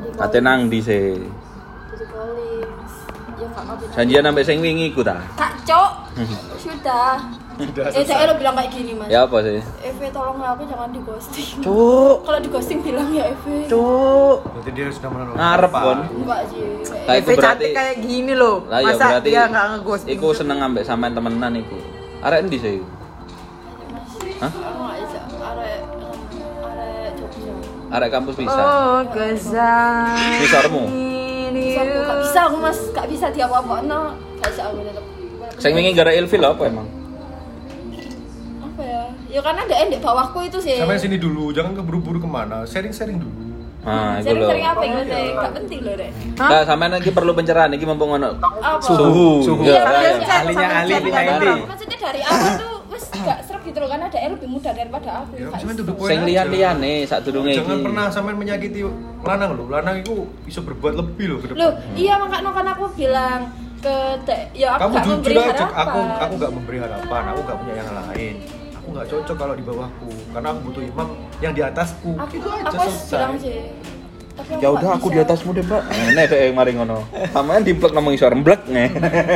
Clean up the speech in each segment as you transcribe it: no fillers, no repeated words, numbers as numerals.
Kate nang ndi sih? Jadi Collins. Ya Kak Abi. Janjian sampai sing wingi ku ta? Kak Cok. Sudah. Saya lo bilang kayak gini Mas. Ya apa sih? Eve tolonglah aku jangan di ghosting. Cuk. Kalau di ghosting bilang ya Eve. Cuk. Berarti dia sudah menolak. Ngarep kon. Enggak sih. Lah iku Eve berarti cantik kayak gini loh. lah ya Masa berarti dia enggak nge-ghosting? iku seneng ambek sampean temenan iku. Arek endi sih? Hah? Aku nggak bisa. Arek Jogja. Arek kampus bisa. Oh, kesal. Bisarmu. Gak bisa aku Mas. Gak bisa dia apa-apa. No. Gak bisa aku tetap. Sing wingi gara ilfil apa emang? Apa ya? Ya karena ada di bawahku itu sih. Sampai sini dulu, jangan keburu-buru kemana. Sharing-sharing dulu. Nah, iku lho. Sering apa yang gak penting loh Rek. Nah, sampean iki perlu pencerahan iki mumpung ono Apa? Suhu. Ya, Iya, ya. Ahlinya ini. Maksudnya dari awal tuh wes gak serap gitu loh karena ada yang lebih muda daripada aku. Ya, Gak sampean iso. duduk poin Sing aja. liyan-liyane sadurunge iki. Jangan pernah sampean menyakiti lanang lho. Lanang itu bisa berbuat lebih loh ke depan. Loh, iya makanya kan aku bilang ke ya aku Kamu gak jujur memberi aja, harapan. aku gak memberi harapan, aku gak punya yang lain. Aku gak cocok kalau di bawahku, karena aku butuh imam yang di atasku. Itu aja Aku selesai. bilang sih. Tapi aku Ya gak udah aku bisa. di atasmu deh, Mbak. Nek dek mari ngono. Sampean dimplek ngomong iso remblek nge.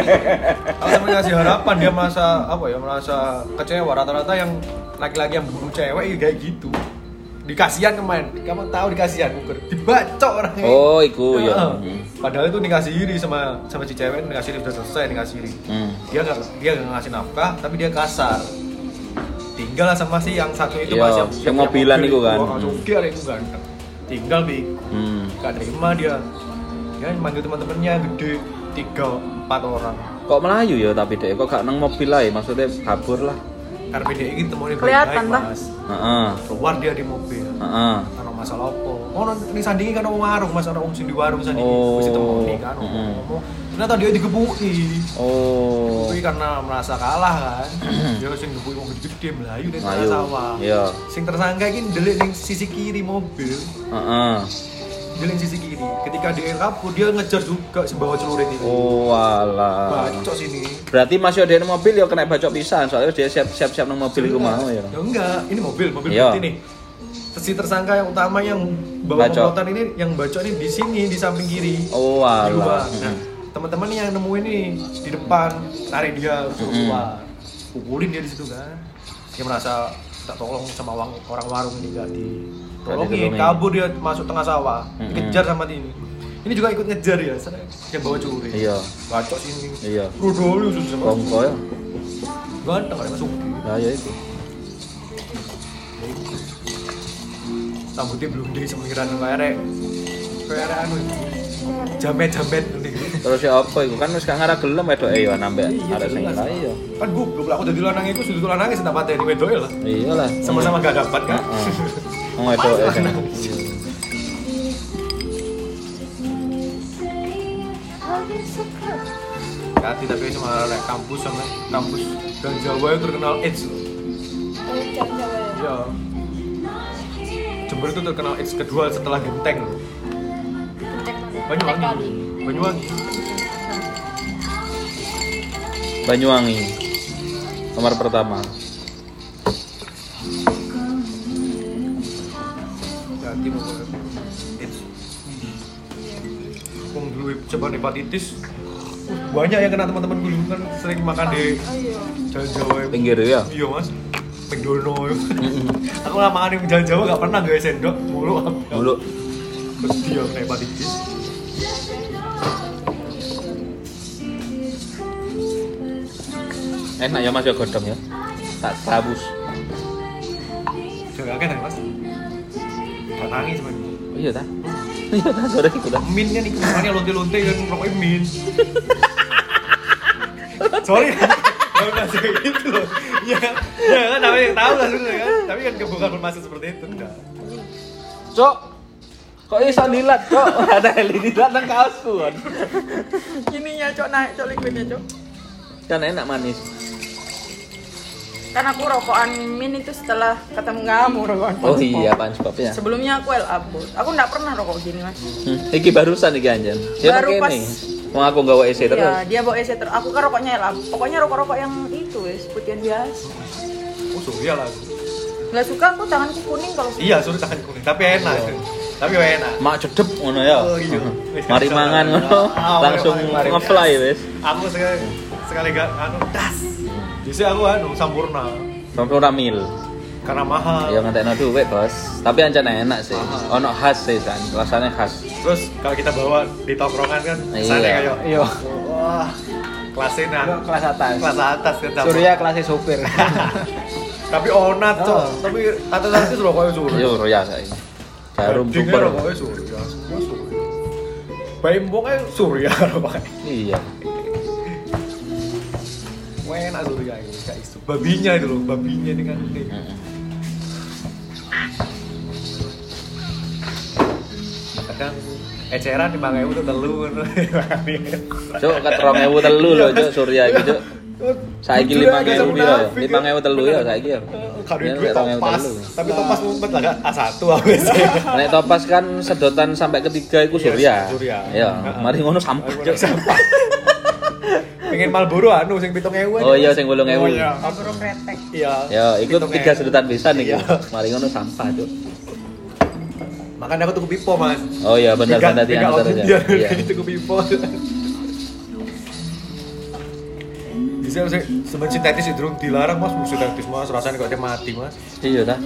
Kalau sama ngasih harapan dia merasa apa ya, merasa kecewa. Rata-rata yang laki-laki yang bunuh cewek ya kayak gitu. Dikasihan kemarin, kamu tahu dikasihan ukur, dibacok orangnya. Oh, iku ya. Padahal itu dikasih iri sama si cewek, dikasih iri udah selesai dikasih iri. Dia nggak ngasih nafkah, tapi dia kasar. Tinggal sama si yang satu itu Iya, Mas, yang mobilan itu kan. Cukir itu ganteng. Tinggal bi, gak terima dia. Dia manggil teman-temannya gede 3-4 orang. Kok Melayu ya tapi dek kok gak nang mobil ae, maksudnya kabur lah. Karena dia ini temuin Kelihatan, baik-baik, Bang. Mas. Heeh. Keluar dia di mobil. Heeh. Karena masalah apa? Oh, ini sandingi kan warung, Mas, ana sing di warung sandingi. Oh. Wis temoni kan. Ngomong. Ternyata dia digebuki. Oh. Tapi karena merasa kalah kan. Dia sing gebuki wong gede-gede melayu dari tengah Ayo. sawah. Iya. Sing tersangka iki ndelik ning sisi kiri mobil. Heeh. Ndelik sisi kiri. Ketika dia kabur, dia ngejar juga sembawa celurit itu. Oh, alah. Bacok sini. Berarti masih ada di mobil ya kena bacok pisan, soalnya dia siap-siap nang mobil iku mau ya. Ya enggak, ini mobil Iya. berarti nih. Si tersangka yang utama yang bawa Bacok. komplotan ini, yang bacok ini di sini di samping kiri. Oh, Di luar. alah. Nah, teman-teman nih yang nemuin ini di depan, tarik dia suruh keluar. Pukulin dia di situ kan. Dia merasa tak tolong sama orang warung ini gak ditolongin, ditolongin. kabur dia masuk tengah sawah, Mm-mm. dikejar sama ini. Ini juga ikut ngejar ya, yang bawa celurit. Iya. Bacok sini. Iya. Rodol susu sama. Bongko ya. Ganteng ada masuk. Nah, ya itu. Rambutnya belum dari semiran kayak anu jamet-jamet nanti. Terus ya apa iku kan wis gak ngara gelem wedoke ya nambah ada sing jelas. lain ya. Kan goblok aku jadi lanang iku sudut lanang wis tak pateni wedoke lah. Iyalah. Sama-sama gak dapat kan. Wong wedoke kan. Hati tapi cuma lek kampus sama kampus dan Jawa itu terkenal AIDS loh. Oh, jangan-jangan ya. Iya. Jember itu terkenal AIDS kedua setelah Genteng loh. Cek mana? Banyuwangi. Cek kali. Banyuwangi. Banyuwangi. Nomor pertama. Hati pokoknya AIDS. Wong dulu coba hepatitis. Banyak yang kena teman-teman dulu kan sering makan di Oh iya. jalan Jawa ya. Pinggir ya. Iya mas, Pengdono ya. Aku nggak makan di jalan Jawa nggak pernah guys sendok mulu. Mulu. Terus dia kena hepatitis. Enak ya Mas ya godong ya. Tak tabus. Jangan kan mas. Gak nangis sebenarnya. Oh, iya ta. Iya ta goreng iku ta. Min kan ikut makannya lonte-lonte dan rokoknya min. Sorry. Gak usah kayak gitu loh. Ya kan namanya yang tahu lah sebenarnya kan. Tapi kan bukan bermaksud seperti itu enggak. Cok. Kok iso nilat, Cok? Ada nilat nang kaosku kan. Ininya cok naik cok liquidnya cok. Kan enak manis. Kan aku rokokan min itu setelah ketemu kamu rokokan. Oh Punspop. iya, Punspop ya. Sebelumnya aku Elabot. Aku nggak pernah rokok gini mas. Iki barusan iki anjen. Baru pas. Mau aku nggawa EC terus. Iya, dia bawa EC terus. Aku kan rokoknya Elabot. Pokoknya rokok-rokok yang itu wes putihan biasa. Oh surya lah. Nggak suka aku tanganku kuning kalau Iya suruh tangan kuning tapi enak. Tapi enak. Mak cedep ngono ya. Oh iya. Mari mangan ngono, langsung mari. nge-fly wis. Aku sekali gak das. Jadi aku sampurna. Sampurna mil. Karena mahal. Ya ngentekno dhuwit, Bos. Tapi ancen enak sih. Ono khas sih, San. Rasanya khas. Terus kalau kita bawa di tongkrongan kan, kesannya kayak Iya. wah, kelasnya Kelas atas. kelas atas kan. Surya kelasnya sopir. Tapi onat, Cok. Tapi atas-atas itu rokoknya Surya. Yo ya saiki. Jarum Dingin super. rokoknya Surya. Semua Surya. Baimbongnya Surya rokoknya. Iya. Wah, enak Surya ini, gak isu. Babinya itu loh, babinya ini kan. Kadang eceran di Bang Ewu tuh telu. Cuk, ket 2000 telu lho, Cuk, Surya iki, Cuk. Saiki 5.000 piro ya? 5.000 telu ya saiki ya. Kalau Iya, duit 2.000 topas, telu. tapi topas mumpet lah kan A1 habis. Nek topas kan sedotan sampai ketiga iku Surya. Surya. Ya, mari ngono sampah. Cuk. Pengen Marlboro sing 7.000. Oh iya sing 8.000. Oh iya. Marlboro kretek. Iya. Ya, iku 3 sedotan pisan iki. Iya. Mari ngono sampah, Cuk. Makanya aku tuku pipo, Mas. Oh iya benar kan tadi Tiga anu outfit terus dia ya. Iya. tuku pipo. Bisa semen sintetis itu dilarang, Mas. Musuh sintetis, Mas. Rasanya kok dia mati, Mas. Iya ta.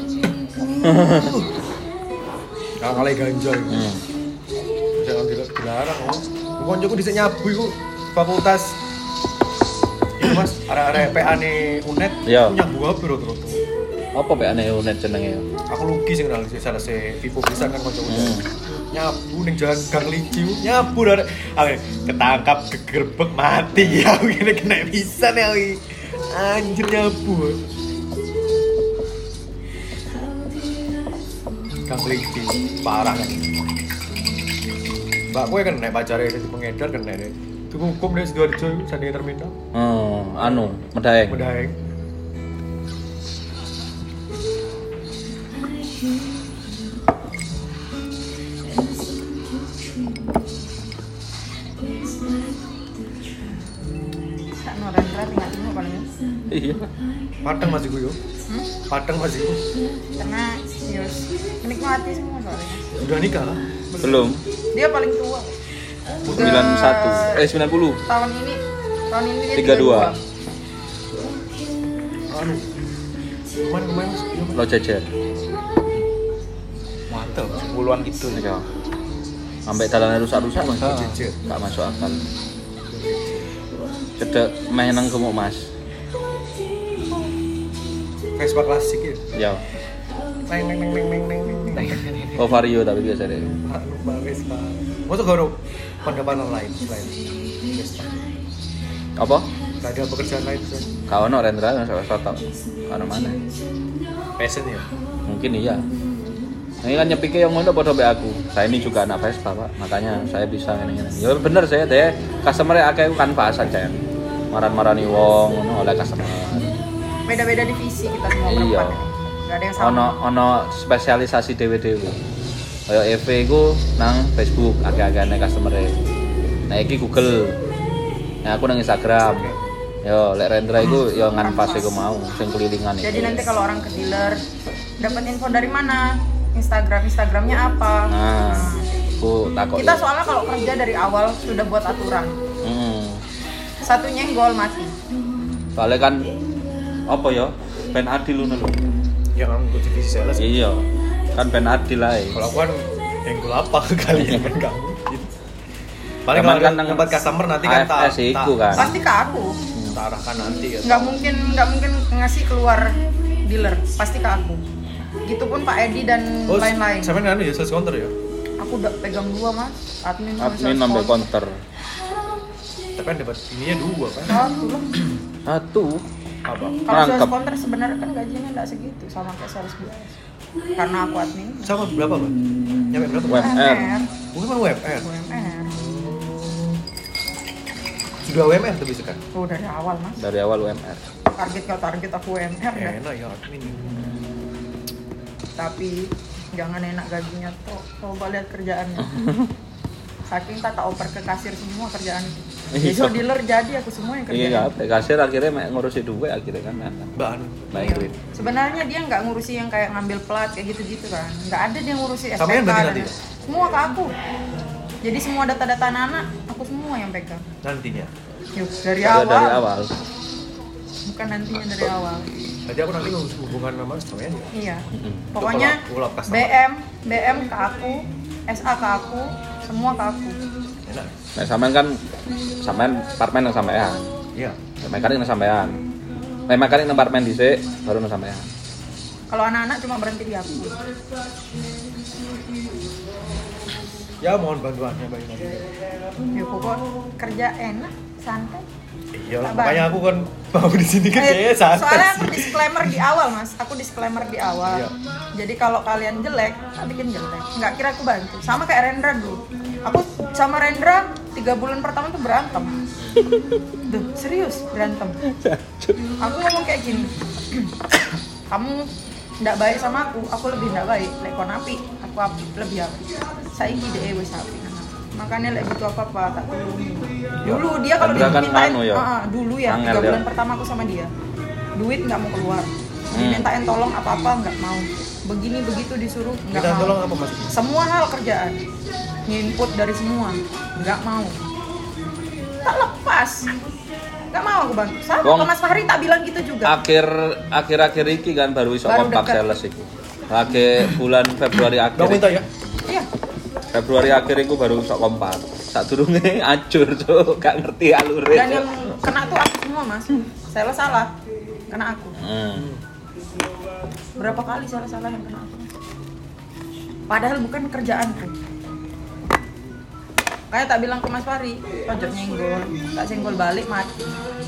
Kalau kalai ganja itu. Jangan dilarang, Mas. Koncoku dhisik nyabu iku fakultas itu, Mas. Arek-arek PA-ne UNED Iya. nyabu apa terus. Apa pek aneh unet jenenge ya? Aku luki sing kenal salah se Vivo pisan kan koncoku. Nyabu ning jalan Gang Linci, nyabu arek. Aku ketangkap gegerbek mati ya ngene kena pisan ya. Anjir nyabu. Gang Linci parah kan. Mbak kowe kan nek pacare dadi pengedar kan nek. Dihukum nek Sidoarjo sandingan terminal. Anu, Medaeng. Medaeng. Sak norendra tinggal dulu paling. Iya. Padang Mas iku yo. Padang Mas iku. Karena yus menikmati semua soalnya. Udah nikah lah. Belum. Dia paling tua. 91. 90. Tahun ini dia 32. Anu. Kemarin Mas. Lo jejer. Mantap, 10-an gitu. Ya. Sampai dalannya rusak-rusak Mas. Jejer. Gak masuk akal. Cedek meh nang gemuk Mas. Vespa klasik ya. Ya. Neng neng neng neng neng neng neng. Oh Vario tapi biasa deh. Lupa Vespa. Masuk gak ada pendapatan lain selain Vespa? Apa? Gak ada pekerjaan lain selain Kau ono Rendra masuk tok. Kano mana? passion ya? Mungkin iya. Ini kan nyepike yang ngono padha mbek aku. Saya ini juga anak Vespa, Pak. Makanya saya bisa ngene-ngene. Ya bener saya deh. Customer akeh kan bahasa aja. Maran-marani wong ngono oleh customer. beda-beda divisi kita semua Iya. berempat ini. Gak ada yang sama. Ono spesialisasi dewe-dewe. Kayak EV iku nang Facebook, akeh-akehane customer-e. Nah iki Google. Nah aku nang Instagram. Yo, lek Rendra iku yo nganpas iku mau sing kelilingan iki. Jadi nanti kalau orang ke dealer dapat info dari mana? Instagramnya apa? Nah, aku takut. Kita soalnya kalau kerja dari awal sudah buat aturan. Satu nyenggol mati. Soalnya kan apa ya? Ben adil ngono lho. Ya kan untuk divisi sales. Iya. Kan ben adil ae. Kalau aku kan enggol apa kalian kan kamu. Paling Cuman kalau kan kan tempat customer nanti kan AFS iku kan. Pasti ke aku. tak arahkan nanti ya. Nggak mungkin ngasih keluar dealer. Pasti ke aku. Gitupun Pak Edi dan lain-lain. Sampai anu ya sales counter ya. Aku udah pegang 2 Mas. Admin Nambah counter. Tapi kan dapat ininya 2 kan. Satu lah. Satu. Apa? Kalau Nangkep. sales counter sebenarnya kan gajinya nggak segitu sama kayak sales biasa. Karena aku admin. Sama berapa, Bang? Nyampe berapa? UMR. Bukan UMR. UMR. Sudah UMR tapi sekarang. Oh dari awal Mas. Dari awal UMR. Target aku UMR ya. Enak ya admin. Tapi jangan enak gajinya toh. Coba lihat kerjaannya. Saking tak oper ke kasir semua kerjaan. Iya. Besok dealer jadi aku semua yang kerjain. Iya, kasir akhirnya ngurusi duit akhirnya kan. Mbak Baik Iya. duit. Sebenarnya dia nggak ngurusi yang kayak ngambil plat kayak gitu-gitu kan. Nggak ada dia ngurusi SPK. Sama yang berarti nanti? Semua ke aku. Jadi semua data-data anak aku semua yang pegang. nantinya. Yuk, dari Dari awal. awal. Bukan nantinya dari awal. Jadi aku nanti ngurus hubungan sama customer ya. Iya. Mm-mm. Pokoknya Follow up customer. BM ke aku, SA ke aku, semua ke aku. Enak. Nah, sampean apartemen nang sampean. Iya. Mekanik nang sampean. Mekanik nang apartemen dhisik baru nang sampean. Kalau anak-anak cuma berhenti di aku. Ya mohon bantuannya Mbak Ina. Ya pokok kerja enak, santai. Iya, Tak makanya banyak. aku kan mau di sini kan kayaknya santai Soalnya aku sih. disclaimer di awal mas, aku disclaimer di awal. Iya. Jadi kalau kalian jelek, tak bikin jelek. Nggak kira aku bantu. Sama kayak Rendra dulu. Aku sama Rendra 3 bulan pertama tuh berantem. Duh, serius berantem. Aku ngomong kayak gini. Kamu nggak baik sama aku lebih nggak baik. Lek kon api, aku lebih api. Saiki deh wis api. Makanya lek butuh apa-apa tak tulungi. Dulu dia kalau Rendra kan dimintain, anu ya? dulu ya Angel 3 ya? bulan pertama aku sama dia. Duit nggak mau keluar. Dimintain tolong apa-apa nggak mau. Begini begitu disuruh nggak Minta mau. tolong apa maksudnya? Semua hal kerjaan. Nginput dari semua nggak mau. Tak lepas. Nggak mau aku bantu. Sama Wong- ke Mas Fahri tak bilang gitu juga. Akhir-akhir iki kan baru iso Baru kompak dekat. sales iku. Lagi bulan Februari Gak akhir. minta ya? Iya. Februari akhir iku baru iso kompak. Sadurunge acur tuh, gak ngerti alure. Dan yang kena tuh aku semua mas. Saya salah. Kena aku. Berapa kali salah yang kena aku. Padahal bukan kerjaanku. Kayak tak bilang ke Mas Fahri, ojo nyenggol, tak senggol balik mati.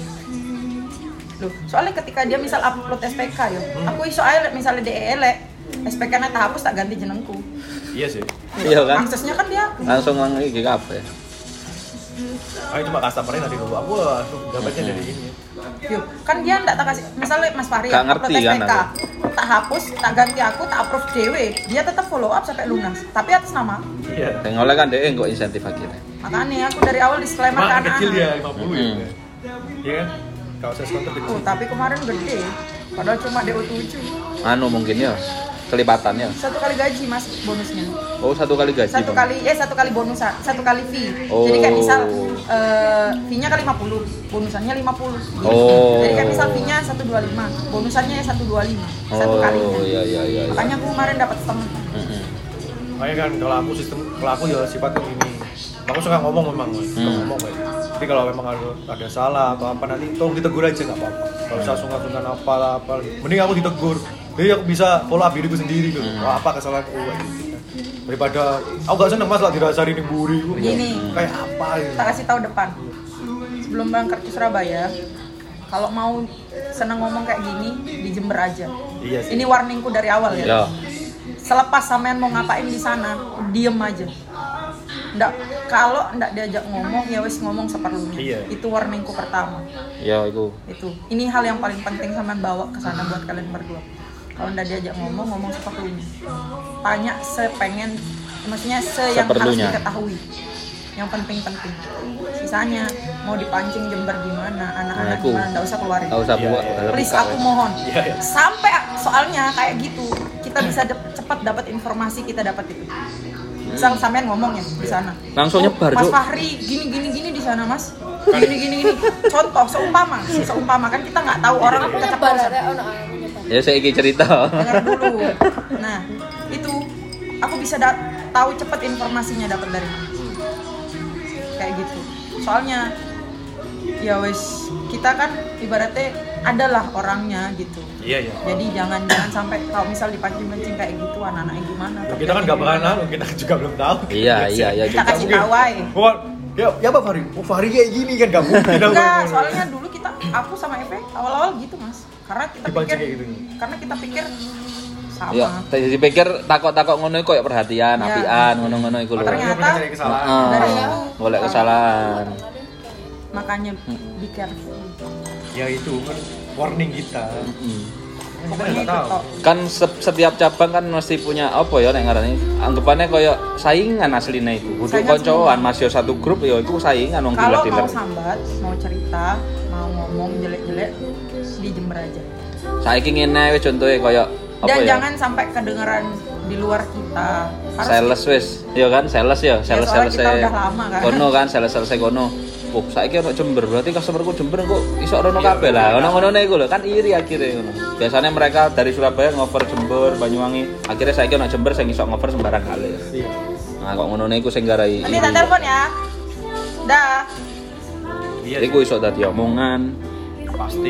Loh, soalnya ketika dia misal upload SPK yo, aku iso ae misalnya DE elek, SPK-nya tak hapus tak ganti jenengku. Iya sih. Iya kan? Aksesnya kan dia. Langsung nang iki kabeh. Aku cuma customer-nya nanti dulu. Aku langsung dapatnya dari ini. Yuk, kan dia ndak tak kasih, misalnya Mas Fahri Gak upload ngerti kan SPK, tak hapus, tak ganti aku, tak approve dewe, dia tetap follow up sampai lunas, tapi atas nama. Iya. Tengolnya kan DE kok insentif akhirnya. Makanya aku dari awal disclaimer ke Mak anak-anak. kecil dia 50 ya. Iya kan? Kalau saya kontak kecil. Oh, tapi kemarin gede, padahal cuma DO7. Anu mungkin ya kelipatan ya. 1 kali gaji mas bonusnya. Oh, 1 kali gaji. 1 kali bonus, 1 kali fee. Oh. Jadi kayak misal fee-nya kali 50, bonusannya 50. Oh. Jadi kayak misal fee-nya 125, bonusannya 125. Satu kalinya. Oh, iya. Makanya aku kemarin dapat setengah. Makanya kan kalau aku ya sifatnya gini. Aku suka ngomong memang, suka ngomong kayak. Tapi kalau memang ada salah atau apa nanti tolong ditegur aja nggak apa-apa. Kalau usah sungkan-sungkan apa. Mending aku ditegur. Jadi aku bisa follow up diriku sendiri gitu. Wah, apa kesalahanku kayak gitu. Daripada aku gak seneng mas lah dirasari nih buri. Begini. Kayak apa gitu. Tak kasih tahu depan. Sebelum berangkat ke Surabaya, kalau mau seneng ngomong kayak gini di Jember aja. Iya sih. Ini warningku dari awal ya. Ya. Selepas sampean mau ngapain di sana, diem aja. Kalau ndak diajak ngomong ya wis ngomong seperlunya. Iya. Itu warningku pertama. Ya itu. Itu. Ini hal yang paling penting sampean bawa ke sana buat kalian berdua. Kalau ndak diajak ngomong seperlunya. Tanya sepengen, maksudnya yang harus Seperlunya. diketahui. Yang penting-penting. Sisanya mau dipancing Jember gimana, anak-anak Aku. gimana, ndak usah keluarin. Enggak usah Iya, buat. iya. dalam Please buka, aku wes. mohon. Iya, iya. Sampai soalnya kayak gitu, kita bisa cepat dapat informasi, kita dapat itu. Misal sampean ngomong ya di sana. Langsung Oh, nyebar, Mas Cuk. Fahri gini di sana, Mas. Gini. Contoh seumpama kan kita nggak tahu orang Aku kita nyebar keceplosan. ada aku nyebar. Ya saya iki cerita. Dengar dulu. Nah, itu aku bisa tahu cepat informasinya dapat dari mana. Kayak gitu. Soalnya ya wes kita kan ibaratnya adalah orangnya gitu. Iya. Jadi jangan sampai kalau misal dipancing-pancing kayak gitu anak-anaknya gimana. Kita kan nggak bakalan tahu, kita juga belum tahu. Iya. Kita kasih Mungkin. tahu aja. Wah, ya Pak Fahri. Oh, Fahri kayak gini kan nggak mungkin. Enggak, soalnya dulu aku sama Eve awal-awal gitu mas. Karena kita Dipancing pikir, kayak gitu. karena kita pikir sama. Ya, jadi pikir takok-takok ngono iku koyo perhatian, Ya. apian, ngono-ngono iku lho. Ternyata Cari kesalahan. dari Heeh. jauh. Golek kesalahan. Makanya be careful. Ya itu kan warning kita. Pokoknya itu tok. Kan setiap cabang kan mesti punya apa ya nek ngarani anggapannya koyo saingan asline iku. Kudu Saingan koncoan Mas yo satu grup ya iku saingan wong Kalau dealer-dealer. mau sambat, mau cerita, mau ngomong jelek-jelek di Jember aja. Saiki ngene wis contohe koyo apa Dan ya? jangan sampai kedengeran di luar kita. Sales wis, ya kan sales ya, sales soalnya kita udah lama kan. Kono kan sales kono. Oh, saiki ono Jember, berarti customerku Jember kok iso rono kabeh lah. Ono-onone iku lho, kan iri akhirnya ngono. Biasanya mereka dari Surabaya ngover Jember, Banyuwangi. Akhirnya saiki ono Jember sing iso ngover sembarang kali. Iya. Nah, kok ngono iku sing garai. Nanti tak telepon ya. Dah. Iya. Iku iso dadi omongan. Pasti.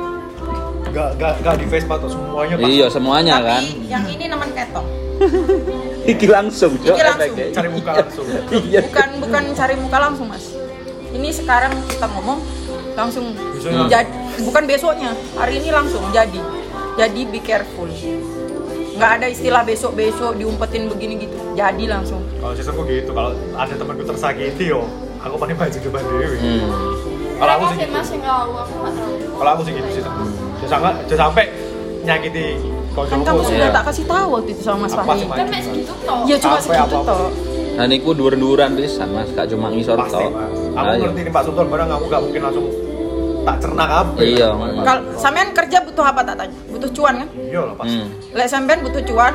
Gak di Facebook tuh semuanya pasti. Iya, semuanya Tapi kan. yang ini nemen ketok. Iki langsung, Cok, Iki langsung. efeknya. Cari muka langsung. Iya. Bukan cari muka langsung, Mas. Ini sekarang kita ngomong langsung Besoknya. jadi, bukan besoknya. Hari ini langsung jadi. Jadi be careful. Nggak ada istilah besok-besok diumpetin begini gitu. Jadi langsung. Kalau sistemku gitu, kalau ada temanku tersakiti yo, aku paling baju depan dewi. Kalau aku sih Mereka gitu. masih tahu, aku nggak tahu. Kalau aku sih gitu sih. Jangan sampai nyakiti Kan kamu kancaku. sudah Iya. tak kasih tahu waktu itu sama Mas Apa Fahri. sih, Mas? Kan mek segitu toh. Ya cuma Apa, segitu apa-apa. toh. Nah niku dhuwur-dhuwuran pisan Mas, gak cuma ngisor Pasti, tok. Mas. Aku Ayo. ngerti nih Pak Sultan barang aku gak mungkin langsung tak cerna kabeh. Iya. Kalau sampean kerja butuh apa tak tanya? Butuh cuan kan? Iya lah pasti. Lek sampean butuh cuan,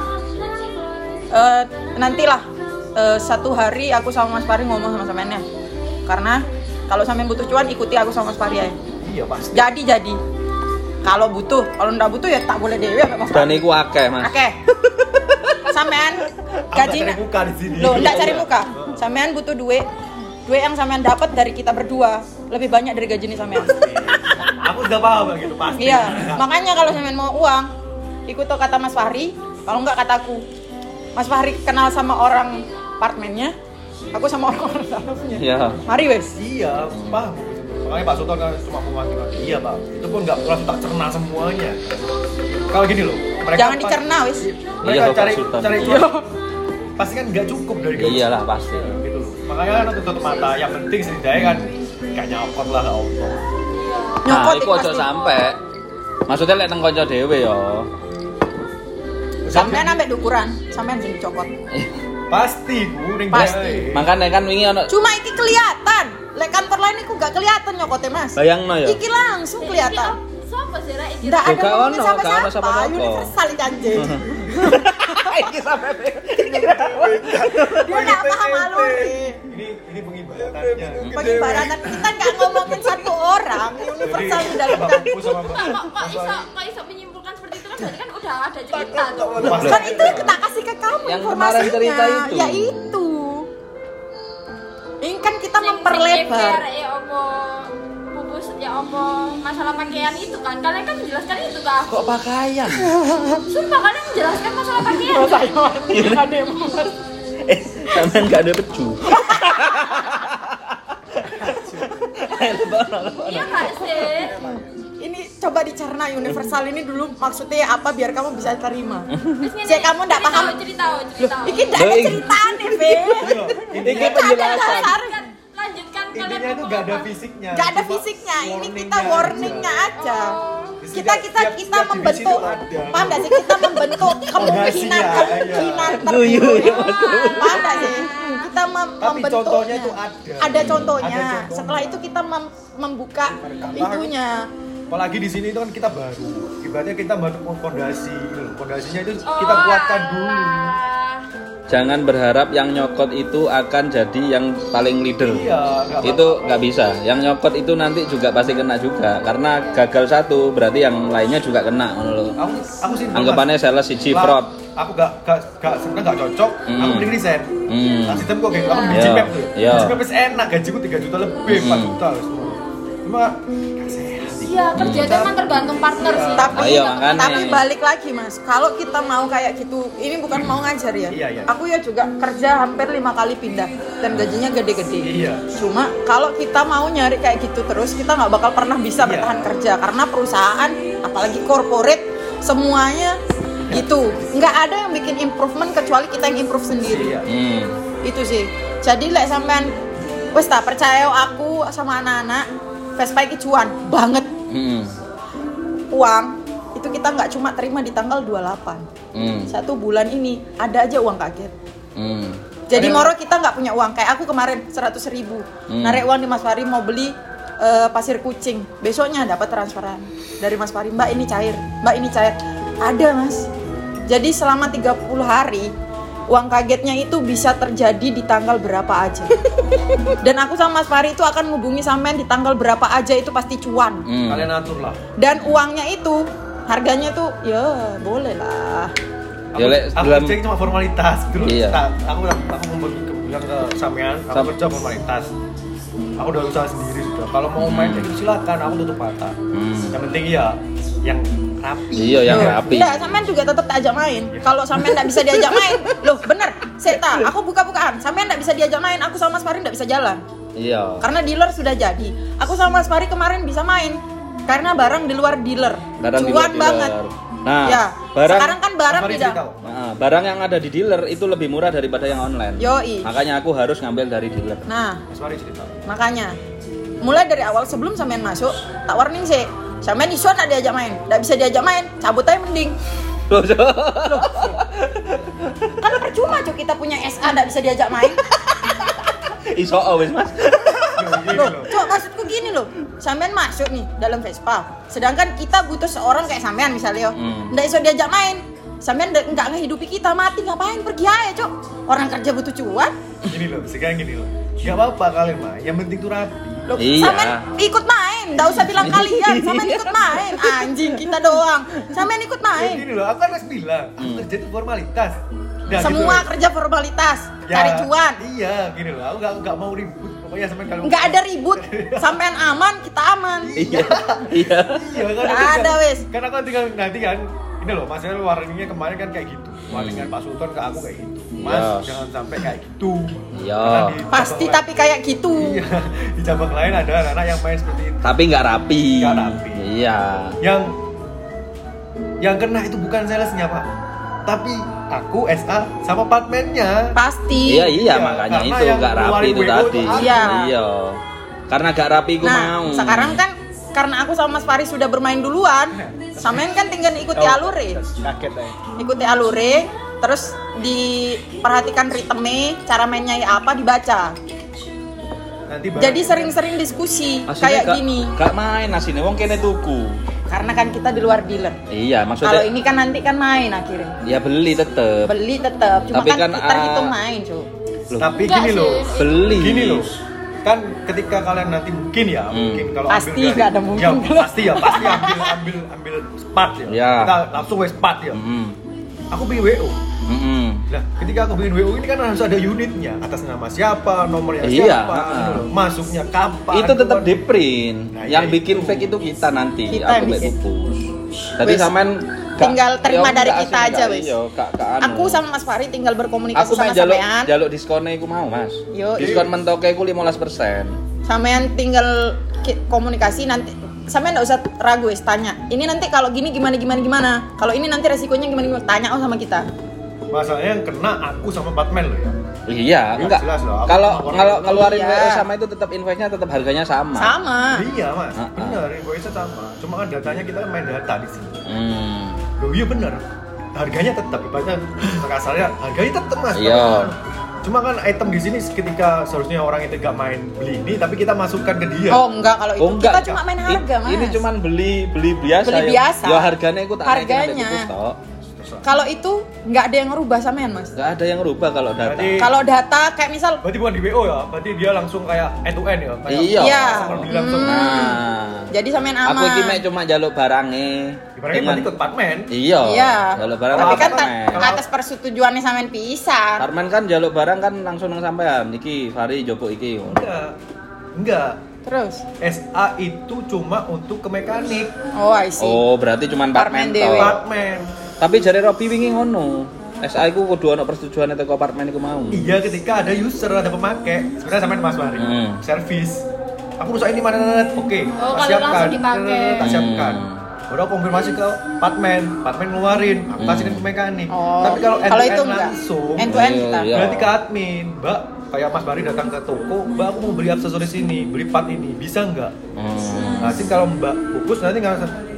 nantilah satu hari aku sama Mas Fahri ngomong sama sampean ya. Karena kalau sampean butuh cuan ikuti aku sama Mas Fahri ya. Iya pasti. Jadi. Kalau butuh, kalau ndak butuh ya tak boleh dewe sama Mas Dan Fahri. iku akeh Mas. Oke. Sampean Aku gak gaji cari muka di sini. Loh, enggak cari muka. Sampean butuh duit. Duit yang sampean dapat dari kita berdua lebih banyak dari gaji ini sampean. Aku udah paham gitu pasti. Iya, makanya kalau sampean mau uang, ikut tuh kata Mas Fahri, kalau enggak kataku. Mas Fahri kenal sama orang apartemennya, aku sama orang dalamnya. Iya. Mari wes. Iya, paham. Makanya Pak Sultan kan cuma mengatakan, iya Pak, itu pun nggak langsung tak cerna semuanya. Kalau gini loh, mereka Jangan dicerna wes. Mereka Iya, Pak cari Sultan. cuan, pasti kan nggak cukup dari gaji. Iyalah pasti. Gitu loh. Makanya kan tutup mata. Yang penting setidaknya kan gak nyokot lah Allah. Nah, Nyokot iku itu aja pasti. sampe. Maksudnya lek nang kanca dhewe ya. Sampean ambek ukuran, sampean sing dicokot. Pasti, ning Pasti. Makanya kan wingi ono Cuma iki kelihatan. Lek kantor lain iku gak kelihatan nyokotnya Mas. bayangno ya. Iki langsung kelihatan. Siapa sih Ra? Iki Nggak ada Gak ngomongin ono, gak ono siapa-siapa. siapa-siapa. Universal iki anjing. Iki sampe. Dia nggak paham aluri. Ini pengibaratnya. Pengibaratan kita nggak ngomongin satu orang. Universal di dalam Mbak kan. Pupu sama Mbak. Kok iso menyimpulkan seperti itu kan berarti kan udah ada cerita tuh. Kan itu yang kita kasih ke kamu Yang informasinya. kemarin cerita itu. Ya itu. Ini kan kita memperlebar. Ya apa pupus ya apa masalah pakaian itu kan. Kalian kan menjelaskan itu ke aku. Kok pakaian? Sumpah kalian menjelaskan masalah pakaian. Sampean gak ada peju. Iya nggak sih? Ini coba dicerna universal ini dulu maksudnya apa biar kamu bisa terima. Terus ngene, Saya kamu nggak paham. cerita. Iki nggak ada Baik. ceritanya, Be. Ini Nggak ada penjelasan. dasar. Lanjutkan kalian Intinya itu ngomong gak ada apa? fisiknya. Nggak ada cuma fisiknya. Ini kita warningnya warningnya aja. Kita Setiap membentuk, divisi itu ada. paham nggak sih? Kita membentuk kemungkinan ya, kemungkinan Guyu, terburuk. ya, Paham nggak sih? Kita Tapi membentuknya. contohnya itu ada. Ada contohnya. Ada contohnya. Setelah itu kita membuka itunya. Apalagi di sini itu kan kita baru. Ibaratnya kita bangun fondasi. Fondasinya itu Oh, kita kuatkan dulu. alah. Jangan berharap yang nyokot itu akan jadi yang paling leader. Iya, nggak Itu apa-apa. nggak bisa. Yang nyokot itu nanti juga pasti kena juga. Karena gagal satu berarti yang lainnya juga kena. ngono lho. Aku sih Anggapannya sales siji Lah, fraud. Aku sebenarnya gak cocok. Aku mending resign. Nah, sistem kok kayak aku Iya. benci map tuh. Iya. Benci map enak, gajiku 3 juta lebih, 4 juta. Cuma gak sehat. Iya, kerja itu emang tergantung partner sih. Tapi, Ayo, makanya. tapi balik lagi Mas, kalau kita mau kayak gitu, ini bukan mau ngajar ya. Iya, iya. Aku ya juga kerja hampir 5 kali pindah dan gajinya gede-gede. Iya. Cuma kalau kita mau nyari kayak gitu terus, kita nggak bakal pernah bisa Iya. bertahan kerja karena perusahaan, apalagi corporate, semuanya gitu. Nggak ada yang bikin improvement kecuali kita yang improve sendiri. Iya. Itu sih. Jadi lek sampean wes tak percaya aku sama anak-anak Vespa iki cuan banget. Uang itu itu kita nggak cuma terima di tanggal 28. 1 bulan ini ada aja uang kaget. Jadi moro kita nggak punya uang. Kayak aku kemarin 100.000 narik uang di Mas Fahri mau beli pasir kucing. Besoknya dapat transferan dari Mas Fahri, Mbak ini cair, Mbak ini cair. Ada Mas. Jadi selama 30 hari uang kagetnya itu bisa terjadi di tanggal berapa aja. Dan aku sama Mas Fahri itu akan ngubungi sampean di tanggal berapa aja, itu pasti cuan. Kalian atur lah. Dan uangnya itu harganya tuh ya boleh lah. Aku cek cuma formalitas. Terus Iya. aku mau bilang ke sampean, aku kerja formalitas. Aku udah usaha sendiri sudah. Kalau mau main kayak gitu silakan, aku tutup mata. Yang penting ya yang rapi. Iya, yang rapi. Enggak, sampean juga tetap tak ajak main. Kalau sampean enggak bisa diajak main, loh bener, Seta, aku buka-bukaan. Sampean enggak bisa diajak main, aku sama Mas Fahri enggak bisa jalan. Iya. Karena dealer sudah jadi. Aku sama Mas Fahri kemarin bisa main karena barang di luar dealer. Barang di Cuan luar banget. dealer. Nah, Ya, barang sekarang kan barang Mas Fahri tidak. cerita. Nah, barang yang ada di dealer itu lebih murah daripada yang online. Yoi. Makanya aku harus ngambil dari dealer. Nah, Mas Fahri cerita. makanya mulai dari awal sebelum sampean masuk, tak warning sih. Sampean isu enggak diajak main, enggak bisa diajak main, cabut aja mending. Kan percuma Cuk kita punya SA enggak bisa diajak main. Iso wis, Mas. Loh, Cuk, maksudku gini loh. Sampean masuk nih dalam Vespa. Sedangkan kita butuh seorang kayak sampean misalnya, enggak iso diajak main. Sampean enggak ngehidupi kita, mati ngapain? Pergi aja, Cuk. Orang kerja butuh cuan. Gini loh, sekarang gini loh. Gak apa-apa kalian mah, yang penting tuh rapi. Loh, Iya. sampean ikut main, enggak usah bilang kalian, sampean ikut main. Anjing kita doang. Sampean ikut Ya, main. gini loh, aku kan harus bilang, aku kerja itu formalitas. Nah, Semua gitu. kerja formalitas, Ya, cari cuan. Iya, gini loh, aku gak mau ribut. Pokoknya sampai kalau Enggak ada ribut, sampean aman, kita aman. Iya. Iya. Iya kan. Nggak ada, wes. Karena aku tinggal nanti kan. Ini loh, maksudnya warningnya kemarin kan kayak gitu. Warningan Pak Sultan ke aku kayak gitu. Mas, Iya. jangan sampai kayak gitu. Iya. Karena di Pasti cabang tapi kayak gitu. lain- Iya, di cabang lain ada anak yang main seperti itu. Tapi nggak rapi. Nggak rapi. Iya. Yang kena itu bukan salesnya, Pak. Tapi aku SA sama partnernya. Pasti. Iya, Iya, makanya karena itu yang nggak rapi ngeluarin itu WO tadi. itu aku. Iya. Iya. Karena nggak rapi aku Nah, mau. sekarang kan karena aku sama Mas Fahri sudah bermain duluan, sampean kan tinggal ikuti alure. Kaget aja. Ikuti alure, terus diperhatikan ritme, cara mainnya ya apa dibaca. Nanti Jadi sering-sering diskusi Aslinya kayak nggak- gini. nggak main asine wong kene tuku. Karena kan kita di luar dealer. Iya, Kalau maksudnya ini kan nanti kan main akhirnya. ya beli tetep. Beli tetap, cuma Tapi kan, kan, terhitung main, Cuk. Loh, Tapi Enggak gini sih. loh. beli. Gini loh. Kan ketika kalian nanti mungkin ya, mungkin kalau Pasti ambil nggak ada mungkin. Ya, pasti ambil spart ya. Ya. Kita langsung wes spart ya. Aku bikin WO. Nah, ketika aku bikin WO ini kan harus ada unitnya, atas nama siapa, nomornya Iya, siapa, masuknya kapan. Itu tetap keluar- di print. Nah, yang iya bikin itu. fake itu kita nanti. Kita aku yang mek bikin. pupus. Jadi Wes, sampean tinggal terima dari ya, kita asli, aja, Kak. wes. Iya, Kak anu. Aku sama Mas Fahri tinggal berkomunikasi aku sama mek jaluk sampean. jaluk diskonnya iku mau, Mas. Yo, Diskon mentoke iku 15%. Sampean tinggal komunikasi nanti. Sampean enggak usah ragu, wes tanya. Ini nanti kalau gini gimana. Kalau ini nanti resikonya gimana. Tanya sama kita. Masalahnya yang kena aku sama Batman loh ya. Iya, Ya, enggak. jelas lah. Aku Kalau orang- ngeluarin Iya. WO sama itu tetap invoice-nya tetap harganya sama. Sama. Iya mas, Ah, ah. benar, invoice sama. Cuma kan datanya kita kan main data di sini. Hmm. Loh iya benar. Harganya tetap, ibaratnya kasarnya harganya tetap mas. Iya. Cuma kan item di sini ketika seharusnya orang itu gak main beli ini, tapi kita masukkan ke dia. Oh enggak kalau itu. Oh, enggak. Kita cuma main harga, Mas. Ini cuman beli biasa. Beli ya. biasa. Ya harganya itu tak naikin Harganya. nanti tok. Kalau itu enggak ada yang ngerubah sampean, Mas. Enggak ada yang rubah kalau data. Berarti- Kalau data kayak misal Berarti bukan di WO ya, berarti dia langsung kayak end to end ya. Kayak Iya. Iya. customer beli langsung. Nah, jadi sampean aman. aku iki mek cuma jaluk barangnya. Ibaratnya berarti ikut Batman. Iya. Iya. Jaluk barang Tapi kan Parmen. atas persetujuannya sampean pisan. Parmen kan jaluk barang kan langsung nang sampean. Iki Fari jopo iki. Enggak. Terus. SA itu cuma untuk ke mekanik. Oh, I see. Oh, berarti cuma Parmen Parmen dewe. tok. Batman. Tapi jare Robi wingi ngono. SA iku kudu ana persetujuan teko apartemen iku mau. Iya, ketika ada user, ada pemakai. Sebenarnya sampai Mas Wari, servis. Aku rusak ini mana? Oke, Oh, tak kalau siapkan. langsung dipakai. Tak siapkan. Baru aku konfirmasi ke Batman ngeluarin, aku kasihkan ke mekanik. Oh. Tapi kalau Kalau end itu to end enggak. langsung, End to end Iya, kita. iya. berarti ke admin, Mbak. Kayak Mas Bari datang ke toko, Mbak aku mau beli aksesoris ini, beli part ini, bisa nggak? Nah, sih kalau Mbak fokus nanti nggak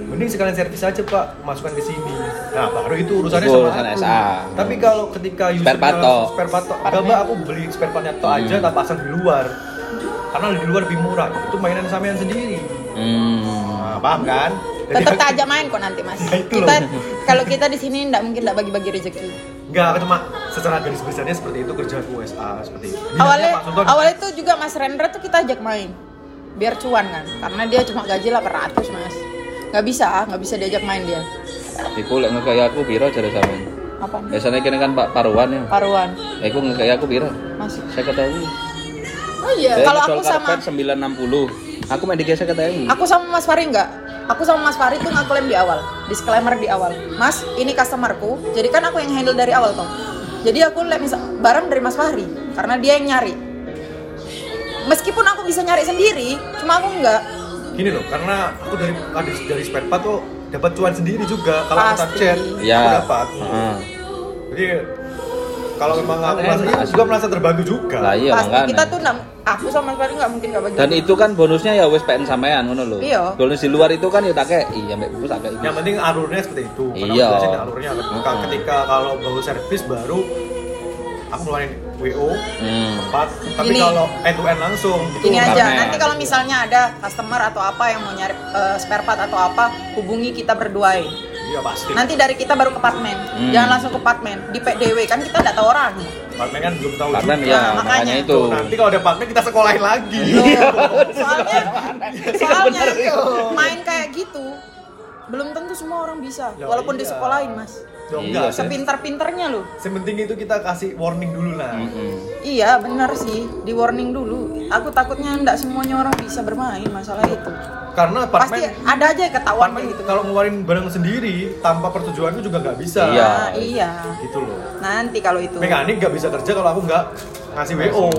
mending sekalian servis aja Pak, masukkan ke sini. Nah baru itu urusannya Itu sama urusan aku. SA. Tapi kalau ketika Spare part tok. spare part tok, enggak Mbak, aku beli spare partnya tok aja, tak pasang di luar. Karena di luar lebih murah. Itu mainan sampean sendiri. Nah, paham kan? Jadi Tetap tak ajak main kok nanti Mas. Ya, itu Kita loh. kalau kita di sini enggak mungkin enggak bagi-bagi rezeki. enggak, cuma secara garis besarnya seperti itu kerja USA seperti itu. Awalnya tuh juga Mas Rendra tuh kita ajak main. Biar cuan kan. Karena dia cuma gaji 800 Mas. Nggak bisa diajak main dia. Iku lek ngekaya aku piro jare sampean? Apa? Biasanya kene kan Pak Paruan ya. Paruan. Iku ngekaya aku piro? Masih. Saya ketahui. Oh iya. Kalau aku sama 960. Aku main di saya ketahui. Aku sama Mas Fari enggak. Aku sama Mas Fari tuh ngaklaim di awal. Disclaimer di awal. Mas, ini customerku. Jadi kan aku yang handle dari awal toh. Jadi aku barang dari Mas Fahri karena dia yang nyari. Meskipun aku bisa nyari sendiri, cuma aku enggak. Gini loh, karena aku dari spare part tuh dapat cuan sendiri juga kalau aku Pasti. chat, Iya. aku dapat. Jadi kalau memang aku juga merasa terbantu juga. Lah iya Pasti makanya. kita tuh aku sama Mas Fari enggak mungkin enggak bagi. Dan itu kan bonusnya ya wis PN sampean ngono lho. Iya. Bonus di luar itu kan ya tak kei, mbek bungkus tak kei. Yang penting alurnya seperti itu. Karena Iya. biasanya alurnya ketika kalau baru servis baru aku ngeluarin WO tempat. Tapi Gini. kalau end to end langsung itu Gini aja, Karena- nanti kalau misalnya ada customer atau apa yang mau nyari spare part atau apa, hubungi kita berdua. iya pasti. Nanti dari kita baru ke partmen. Jangan langsung ke partmen. Di PDW kan kita enggak tahu orang. Partner kan belum tahu Partner juga. ya, Nah, makanya makanya. itu. Nanti kalau ada partner kita sekolahin lagi. Soalnya main kayak gitu belum tentu semua orang bisa, Ya, walaupun iya. di sekolahin Mas. Ya, Iya, enggak. sih. Sepintar-pintarnya loh. Sementing itu kita kasih warning dulu lah. Iya benar sih, di warning dulu. Aku takutnya enggak semuanya orang bisa bermain masalah itu. Karena Pasti partner ada aja yang ketahuan partner gitu. kalau ngeluarin barang sendiri tanpa persetujuanku juga nggak bisa. Iya. Nah, iya. Gitu loh. Nanti kalau itu. Mekanik nggak bisa kerja kalau aku nggak ngasih WO.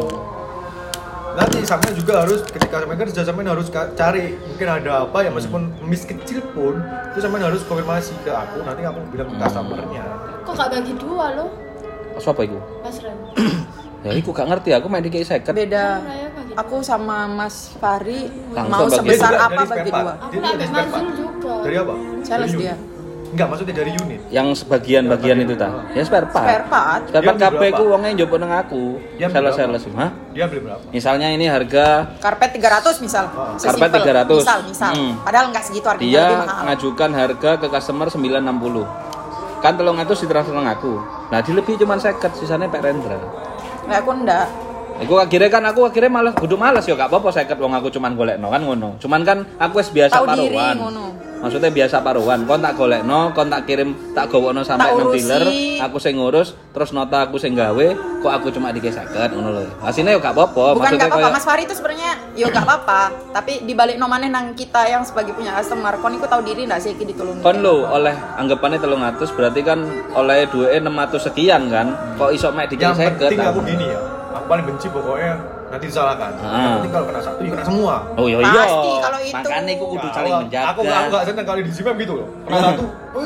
Nanti sampean juga harus ketika sampean kerja sampean harus cari mungkin ada apa ya meskipun miss kecil pun itu sampean harus konfirmasi ke aku, nanti aku bilang ke customernya. Kok gak bagi dua loh, Siapa iku? Mas Ren? Ya iku gak ngerti, aku main di KI second. Beda. Raya apa gitu? Aku sama Mas Fahri Langsung mau bagi sebesar Dia juga apa dari bagi spare part. dua. Aku Dia nggak dari ambil spare part. Mazul juga. Dari apa? Sales Dari dia. unit. Enggak, maksudnya dari unit. Yang sebagian-bagian itu ta. Ya spare part. Spare part. Spare part Dia ambil kabeh berapa? ku wonge njupuk nang aku. Dia ambil Sales-sales. Hah? Dia beli berapa? Misalnya ini harga Karpet 300 misal. Karpet Sesimpel. 300. Misal. Padahal enggak segitu harganya, dia lebih mahal. ngajukan harga ke customer 960. Kan 300 ditransfer nang aku. Nah, dilebih cuman 50, sisanya Pak Rendra. Nah, aku enggak. Aku akhirnya malah kudu males ya gak apa-apa 50 wong aku cuman golekno kan ngono. Cuman kan aku wis biasa Tahu diri, paruan. ngono. Maksudnya biasa paruan, kon tak golekno, kon tak kirim, tak gowokno sampai Tak nang urusi. dealer, aku sing ngurus, terus nota aku sing gawe, kok aku cuma dikei 50 ngono lho. Asline yo gak apa-apa, Bukan enggak apa-apa, kayak- Mas Fahri itu sebenarnya yo enggak apa-apa, tapi dibalik no maneh nang kita yang sebagai punya customer, kon iku tahu diri enggak sih iki ditulungi. kon lho oleh anggapannya 300 berarti kan oleh duwe 600 sekian kan. Kok iso mek dikei Yang 50? penting aku gini ya. Aku paling benci pokoknya nanti disalahkan. Yang penting kalau kena satu ya kena semua. Oh iya iya. Pasti kalau itu. Makanya aku kudu saling menjaga. Aku nggak seneng kalau di sini gitu loh. Kena satu.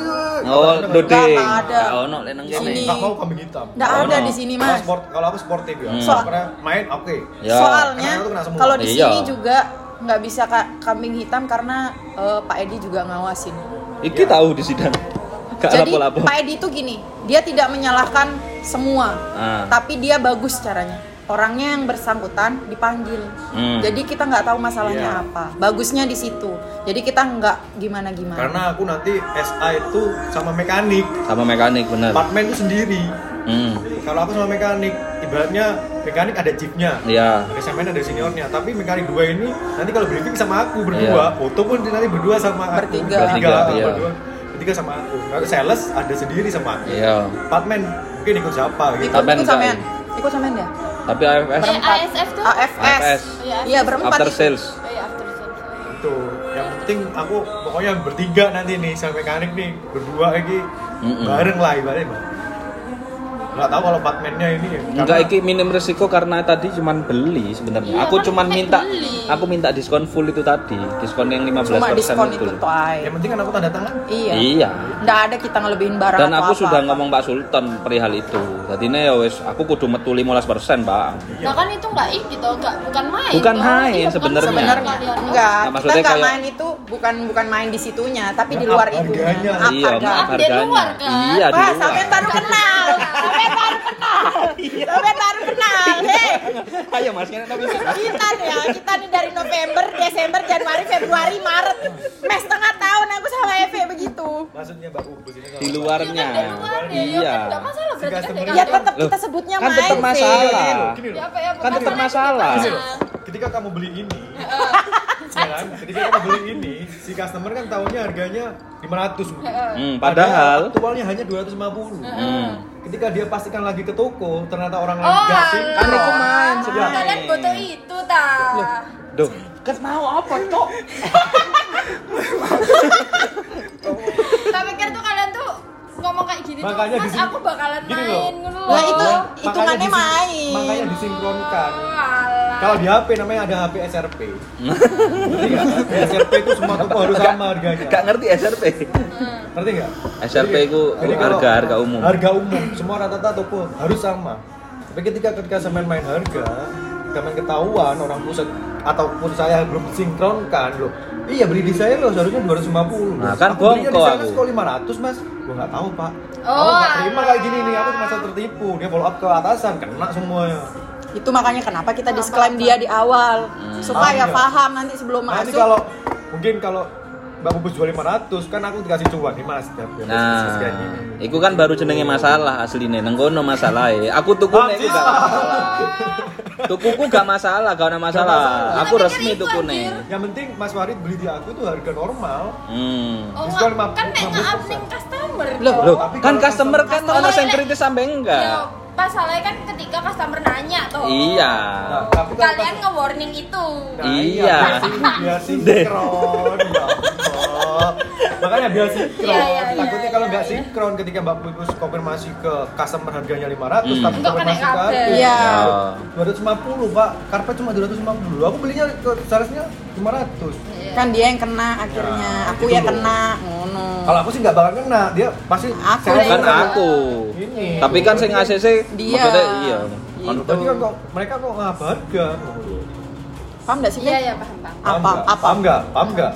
Oh, dode. Nggak ada. Gak ono lek nang kene. Sini. Nggak mau kambing hitam. Enggak Oh, ada no. di sini, Kalau Mas. kalau aku sportif ya. So- Karena main oke. Ya. Soalnya Karena itu kena semua. kalau di Iya. sini juga nggak bisa kambing hitam karena Pak Edi juga ngawasin. Iki tahu di sidang. Gak Jadi lapo-lapo. Pak Edi itu gini, dia tidak menyalahkan semua, Ah. tapi dia bagus caranya. Orangnya yang bersangkutan dipanggil. Jadi kita nggak tahu masalahnya Iya. apa. Bagusnya di situ. Jadi kita nggak gimana-gimana. Karena aku nanti SA itu sama mekanik. Sama mekanik bener. Apartemen itu sendiri. Kalau aku sama mekanik, ibaratnya mekanik ada chiefnya, Iya. ada sampean ada seniornya. Tapi mekanik dua ini nanti kalau briefing sama aku berdua, Iya. foto pun nanti berdua sama aku. Bertiga. Bertiga, iya. Bertiga sama aku. Kalau sales ada sendiri sama aku. Iya. Apartemen mungkin ikut siapa gitu. Apartemen Ikut enggak. sampean. Ikut sampean ya? Tapi AFS ASF tuh? AFS. Oh, iya, Iya, berempat after itu. sales. Oh iya, after sales. Itu yang penting aku pokoknya bertiga nanti nih sama mekanik nih berdua lagi bareng lah ibaratnya Bang. Nggak tahu kalau Batman-nya ini ya. Enggak, iki minim risiko karena tadi cuman beli sebenarnya. Iya, Aku kan cuman kayak minta beli. aku minta diskon full itu tadi. Diskon yang 15% Cuma diskon itu loh. tuh ay. Yang penting kan aku tanda tangan. Iya. Iya. Nggak ada kita ngelebihin barang Dan atau aku apa. sudah ngomong Pak Sultan perihal itu. Tadinya ya wes aku kudu metu 15%, Pak. Nah kan itu nggak gitu, bukan main. Bukan toh. main Iya, bukan sebenarnya. Sebenarnya sekalian. enggak, Nah, kita maksudnya enggak kayak- main itu bukan main di situnya, tapi di Maaf luar harganya. itunya. Iya, harga. maaf Di luar, harganya. kan? Iya, di Wah, luar. sampai baru kenal. Sampai baru kenal. Sampai baru kenal. Hei, Ayo Mas, kenapa sih? kita nih dari November, Desember, Januari, Februari, Maret. Setengah tahun aku sama Eve begitu. Maksudnya Mbak Ubus ini Di luarnya. Di luar ya, Iya. kan nggak masalah berarti kan customer- dia Ya kan. tetap Loh, kita sebutnya kan main. tetap Ve. masalah. Gini loh. Ya, apa ya, Kan tetap masalah. Gini loh, ketika kamu beli ini, ya kan? Ketika kamu beli ini, si customer kan tahunya harganya 500. Padahal aktualnya hanya 250. Ketika dia pastikan lagi ke toko, ternyata orang lain Oh, nggak sih. kan iku main Kalian sebenarnya. butuh itu ta. Duh, kan mau apa, Cok? Tak pikir tuh kalian tuh ngomong kayak gini Makanya tuh, Mas, di sini- aku bakalan gini main loh. ngono Nah, itu loh. hitungannya main. Makanya disinkronkan. Alah. Kalau di HP namanya ada HP SRP. Ngerti nggak? HP SRP itu semua toko harus sama harganya. Gak ngerti SRP. Ngerti nggak? SRP itu Jadi kalau harga umum. Harga umum, semua rata-rata toko harus sama. Tapi ketika saya main harga, main ketahuan orang pusat ataupun saya belum sinkronkan loh. Iya beli di saya loh seharusnya 250. Nah, kan Aku belinya di bongko sana aku. kok 500 Mas. Gua nggak tahu Pak. Oh, Aku nggak terima alah. kayak gini nih, aku merasa tertipu. Dia follow up ke atasan, kena semuanya. Itu makanya kenapa kita disclaim dia di awal supaya Paham nggak? paham nanti sebelum Nanti masuk. kalau Mbak Bubus jual 500 kan aku dikasih cuan nih Mas. Nah, iku kan baru jenenge masalah asline. Nang kono masalahe. Aku tuku nek iku gak masalah. Tukuku gak masalah, gak ada masalah. Aku Kita resmi pikir itu, tukune. anjir. Yang penting Mas Warid beli di aku tuh harga normal. Oh, Diskon nggak, kan nek 15%. nge-upning customer. Loh, toh. Loh, Tapi kan kalau customer kan customer- ono sing Nek- kritis sampe enggak. Ya, masalahnya kan ketika customer nanya toh. Iya. Nah, tapi kalau Kalian nge-warning itu. Nah, Iya. biar sinkron ya Allah. Makanya biar sinkron. Iya, iya, iya, Takutnya kalau iya, nggak iya. sinkron ketika Mbak Bubus konfirmasi ke customer harganya 500 tapi Nggak konfirmasi kena ke aku kabel. Iya. 250 Pak. Karpet cuma 250. Aku belinya ke salesnya 500. Kan dia yang kena akhirnya, Nah, aku itu ya loh. kena. Ngono. Kalau aku sih nggak bakal kena, dia pasti Aku sales Kan Iya. aku. Ini. Tapi kan sing ACC Dia. maksudnya iya. Gitu. Berarti kan kok mereka kok nggak harga. Paham enggak sih? Iya, Fe? ya paham, paham. Paham Apa? nggak? Apa? Paham nggak? Paham nggak?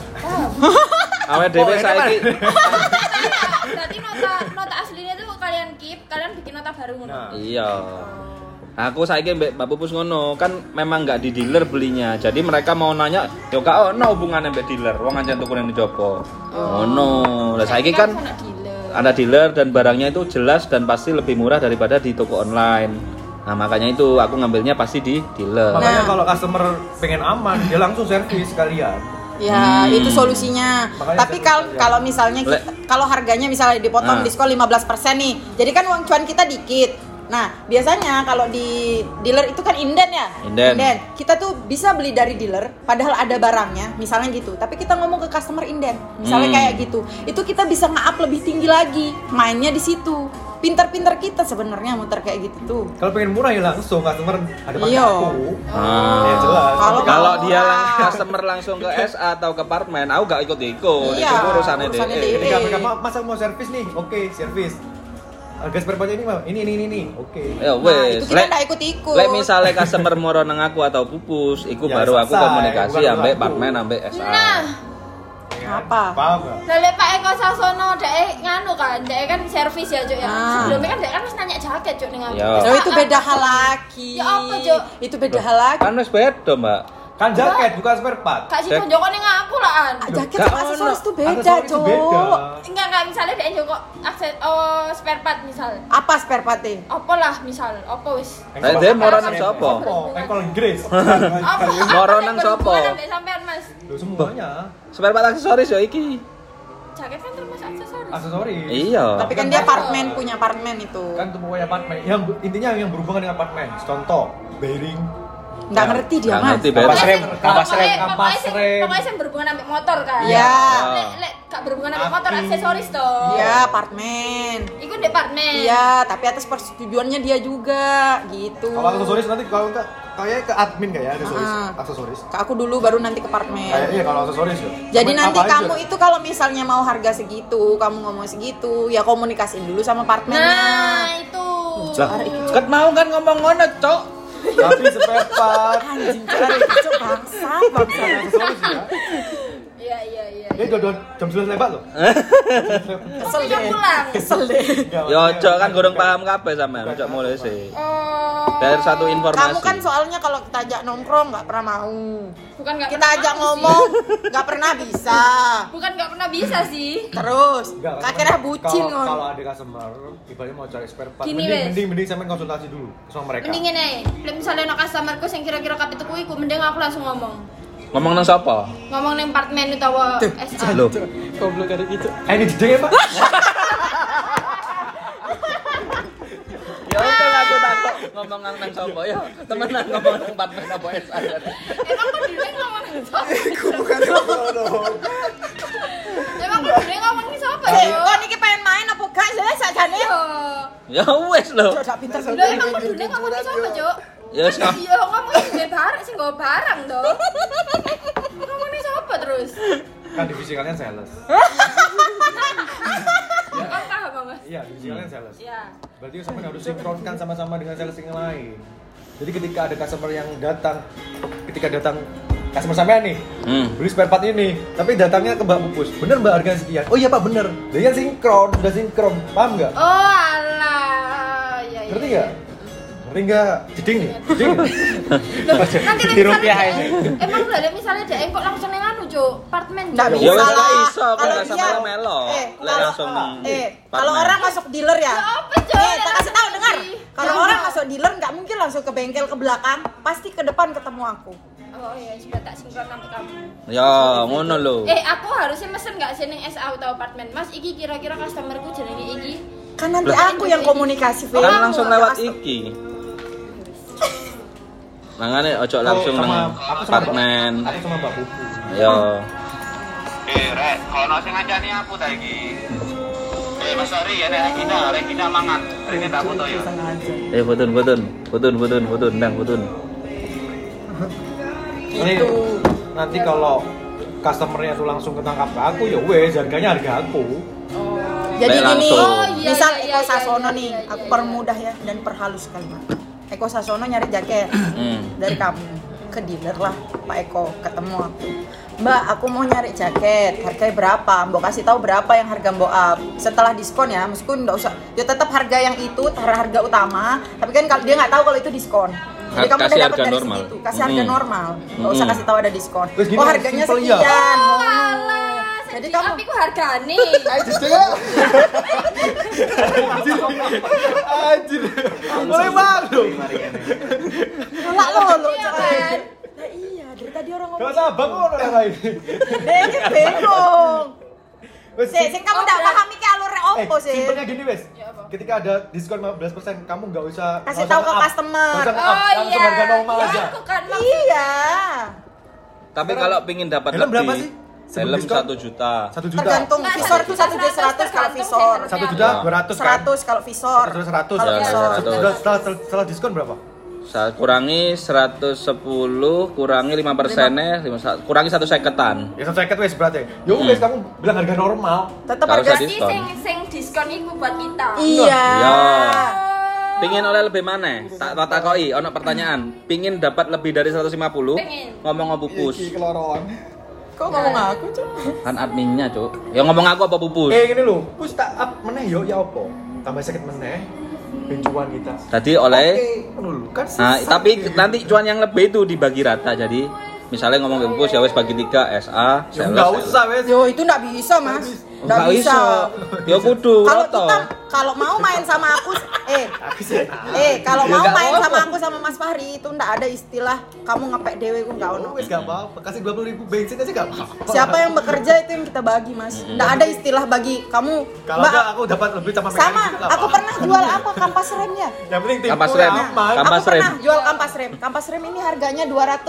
Awake dhewe Oh, saiki Berarti nota aslinya tuh kalian keep, kalian bikin nota baru ngono. Nah. iya. Aku saiki mbek Mbak Pupus ngono, kan memang nggak di dealer belinya. Jadi mereka mau nanya, yo gak ono hubungannya mbek dealer. Wong ancen tuku nang jopo. Ngono. Lah saiki kan sana dealer. ada dealer dan barangnya itu jelas dan pasti lebih murah daripada di toko online. Nah, makanya itu aku ngambilnya pasti di dealer. Makanya Nah. kalau customer pengen aman, dia langsung servis sekalian. Ya, itu solusinya. Makanya Tapi saya pikir, kalau misalnya kalau harganya misalnya dipotong Nah. diskon 15% nih. Jadi kan uang cuan kita dikit. Nah, biasanya kalau di dealer itu kan inden ya? Inden. Kita tuh bisa beli dari dealer padahal ada barangnya, misalnya gitu. Tapi kita ngomong ke customer inden. Misalnya kayak gitu. Itu kita bisa nge-up lebih tinggi lagi. Mainnya di situ. Pintar-pintar kita sebenarnya muter kayak gitu tuh. Kalau pengen murah ya langsung customer ada pakai Iya. aku. Ah. Ya jelas. Kalau dia Wah. customer langsung ke SA atau ke apartemen, aku gak ikut-ikut. Iya, Itu urusannya urusannya DE. Ketika mereka masa mau servis nih, oke servis. Harga spare partnya ini mah, ini, oke. Ya Nah, wes. itu kita nggak ikut-ikut. Lek misalnya customer moro nang aku atau Pupus, iku Ya, baru aku selesai. komunikasi Bukan ambek aku. apartemen ambek SA. Nah, Apa? Paham nggak? lalu Pak Eko Sasono dek nganu kan, dek kan servis ya Cuk ya. Ah. Sebelumnya kan dek kan harus nanya jaket Cuk ning aku. Ya. Oh, itu beda hal lagi. Ya apa, Cuk? Itu beda hal lagi. Kan wis beda, Mbak. Kan jaket bukan spare part. Kak Sito Joko ning aku lah an. Jaket Gak sama ono. aksesoris tuh beda, Aksesoris itu beda. Cok. Enggak misalnya dek Joko akses spare part misal. Apa spare part-nya? Apa lah misal, apa wis. Dia moro nang sapa? Engkol Grace. Apa? Moro nang sapa? Sampai sampean Mas. Loh, semuanya Spare part aksesoris ya iki. Jaket kan termasuk aksesoris. aksesoris. Iya. Tapi kan dia apartemen, punya apartemen itu. Kan tuh pokoknya apartemen. Yang intinya yang berhubungan dengan apartemen. Contoh, bearing, Nggak ngerti dia, Nggak Mas. ngerti, Kapas rem, kapas rem. Pokoknya yang berhubungan sama motor kan. Iya. Lek gak berhubungan sama motor aksesoris toh. Iya, apartemen. Iku departemen. Iya, tapi atas persetujuannya dia juga gitu. Kalau aksesoris nanti kalau enggak kayaknya ke admin kayak ya aksesoris. Ke aku dulu baru nanti ke apartemen. Kayaknya kalau aksesoris ya. Jadi Cuman nanti apa kamu aja? itu kalau misalnya mau harga segitu, kamu ngomong segitu, ya komunikasiin dulu sama apartemennya. Nah, itu. Lah, kan mau kan ngomong ngono, Cok. Tapi spare part. Anjing, cari itu bangsa. Aksesoris ya. Iya. Ini udah jam 11 lewat loh. Kesel Udah deh. pulang. Kesel deh. Ya Cok kan gorong paham kabeh sampean, Cok mulai sih. Oh. Dari satu Kamu informasi. kan soalnya kalau kita ajak nongkrong nggak pernah mau. Bukan nggak Kita pernah ajak mau ngomong nggak pernah bisa. sih. Bukan nggak pernah bisa sih. Terus Enggak, akhirnya bucin kalau kan. ada customer, ibaratnya mau cari spare part, Gini, wes. mending sampean konsultasi dulu sama mereka. Mending ngene, lek misalnya anak customerku yang kira-kira kabeh tuku iku mending aku langsung ngomong. Ngomong nang sapa? Ngomong nang apartemen utawa SA. Loh. Goblok ada gitu. Ini jedeng ya, Pak. Ya udah aku takut ngomong nang sapa ya. Temenan ngomong nang apartemen apa SA. Emang kok dhewe ngomong nang sapa? Bukan ngono. Emang kok dhewe ngomong nang sapa Eh, yo? kok niki pengen main apa gak sih sakjane? Yo. Ya wes lho. Udah pinter Lho emang kok dhewe ngomong nang sapa, Cuk? Ya wes. Iya, ngomong nang barang sing nggo barang to. Ngomong nang sapa terus? Kan divisi kalian sales. Kan paham, Mas? Iya, divisi kalian sales. Iya. Berarti sampean harus sinkronkan sama-sama dengan sales yang lain. Jadi ketika ada customer yang datang, customer sampean nih, beli spare part ini, tapi datangnya ke Mbak Pupus. Bener Mbak harganya sekian? Oh iya Pak bener. Dia udah sinkron, paham nggak? Oh, alah. Iya. Ngerti nggak? Ngerti nggak? Jeding nih, jeding. Loh, nanti Di rupiah misalnya emang lah misalnya dia engkok langsung nang anu, Cuk, apartemen. Nggak Cuk. Ya bisa wes lah. gak iso kok Kalau gak dia- sama melo. Lek kalau- langsung nang. Kalau orang masuk dealer ya. Ya apa, Cuk? Tak kasih tahu dengar. Kalau Ya, orang apa? masuk dealer nggak mungkin langsung ke bengkel ke belakang, pasti ke depan ketemu aku. Oh iya, sudah tak sinkron sampai kamu. Ya ngono lho. Aku harusnya mesen nggak sih ning SA atau apartemen? Mas, iki kira-kira customerku jenenge iki. Kan nanti Lah. aku yang komunikasi, Fe. Kan langsung lewat Aku- iki. Mangane ojo langsung nang apartemen. Aku sama Mbak Pupus. Ya. Rek, kono sing ngancani aku ta iki. Mas Ari ya Regina mangan. Rene tak foto ya. Putun, ndang putun. Ini nanti kalau customernya tuh langsung ketangkap ke aku ya wes harganya harga aku. Jadi Baik, gini, langsung. Oh, iya, misal iya, Eko iya, Sasono iya, nih, iya, aku iya. permudah ya dan perhalus kalimat. Eko Sasono nyari jaket dari kamu ke dealer lah, Pak Eko ketemu aku. Mbak, aku mau nyari jaket, harganya berapa? Mbok kasih tahu berapa yang harga Mbok up. Setelah diskon ya, meskipun nggak usah, ya tetap harga yang itu, harga utama. Tapi kan kalau dia nggak tahu kalau itu diskon. Jadi kamu Kasih udah dapat harga dari normal. segitu, kasih harga normal. Nggak usah Mm. kasih tahu ada diskon. Wes gini, Oh harganya simple ya. sekian. Oh, alah. Jadi Jadi kamu- tapi ku hargane. Anjir. Boleh banget. Nolak lo, Iya kan? Nah iya, dari tadi orang Gak ngomong. sabar kok orang lain. Dia bingung. Wes, Sing kamu nggak paham iki alurnya opo sih? simpelnya gini wes. Ya, apa? Ketika ada diskon 15%, kamu nggak usah Kasih nggak tahu usah ke up. customer. Nggak usah Oh up, langsung iya. harga normal Iya, aja. aku kan maksud- Iya. Tapi kalau pingin dapat Helm lebih, berapa sih? Sebelum helm diskon? 1 juta. 1 juta. Tergantung Nggak, visor 1 tuh 1.100 kalau visor. 1 juta 200 kan? 100 kalau visor. 100. Kalau Ya, visor. 100. Setelah diskon berapa? Kurangi 110, kurangi 5%-nya, kurangi 1 seketan. Ya 150 wes berarti. Ya wes kamu bilang harga normal. Tetap Kalau harga usah Berarti diskon. sing diskon iku buat kita. Iya. Ya. Pingin oleh lebih mana? Tak takoki, ono pertanyaan. Pingin dapat lebih dari 150? Pengen. Ngomong apa Pupus? Keloron. Kok ngomong aku, Cuk? Kan adminnya, Cuk. Ya ngomong aku apa Pupus? Ini lho, Pus tak up meneh yo ya apa? Tambah sakit meneh. Bencuan kita. Tadi oleh Ngono lho, kan Nah, sesat tapi ya. nanti cuan yang lebih itu dibagi rata. Jadi misalnya ngomong ke Pupus ya wes bagi 3 SA, Ya sales. enggak usah wes. Yo, itu nggak bisa, Mas. Nggak bisa. Ya kudu Kalau roto. kita kalau mau main sama aku kalau Ya, mau nggak main apa-apa. sama aku sama Mas Fahri itu ndak ada istilah kamu ngepek dewe ku nggak ono. Wis gak apa-apa, kasih 20.000 bensin aja gak apa-apa. Siapa yang bekerja itu yang kita bagi, Mas. Ndak ada istilah bagi kamu. Kalau Mbak, enggak aku dapat lebih sama mekanik sama, dikit lah, aku Pak. pernah jual apa? Kampas rem ya? Yang penting timku Kampas rem. aman. Kampas Aku rem. pernah jual kampas rem. Kampas rem ini harganya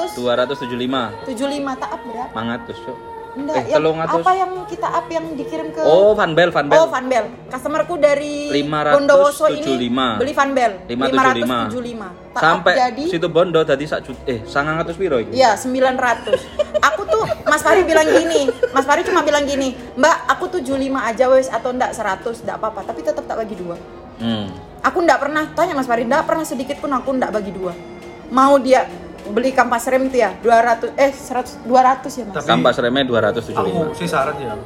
275. 275 tak up berapa? 100, Cuk. Enggak, Eh, yang 300. apa yang kita up yang dikirim ke Oh, Vanbel. Oh, Vanbel. Customerku dari 575. Bondowoso ini beli Vanbel 575. 575. Tak up Sampai jadi situ Bondo tadi 100 piro iki? iya 900. Aku tuh Mas Fahri bilang gini, Mas Fahri cuma bilang gini, "Mbak, aku 75 aja wes atau enggak 100, enggak apa-apa, tapi tetap tak bagi dua." Aku enggak pernah tanya Mas Fahri, enggak pernah sedikit pun aku enggak bagi dua. Mau dia beli kampas rem itu ya 200 ya Mas. Tapi- Kampas remnya 275. Aku sih saran ya.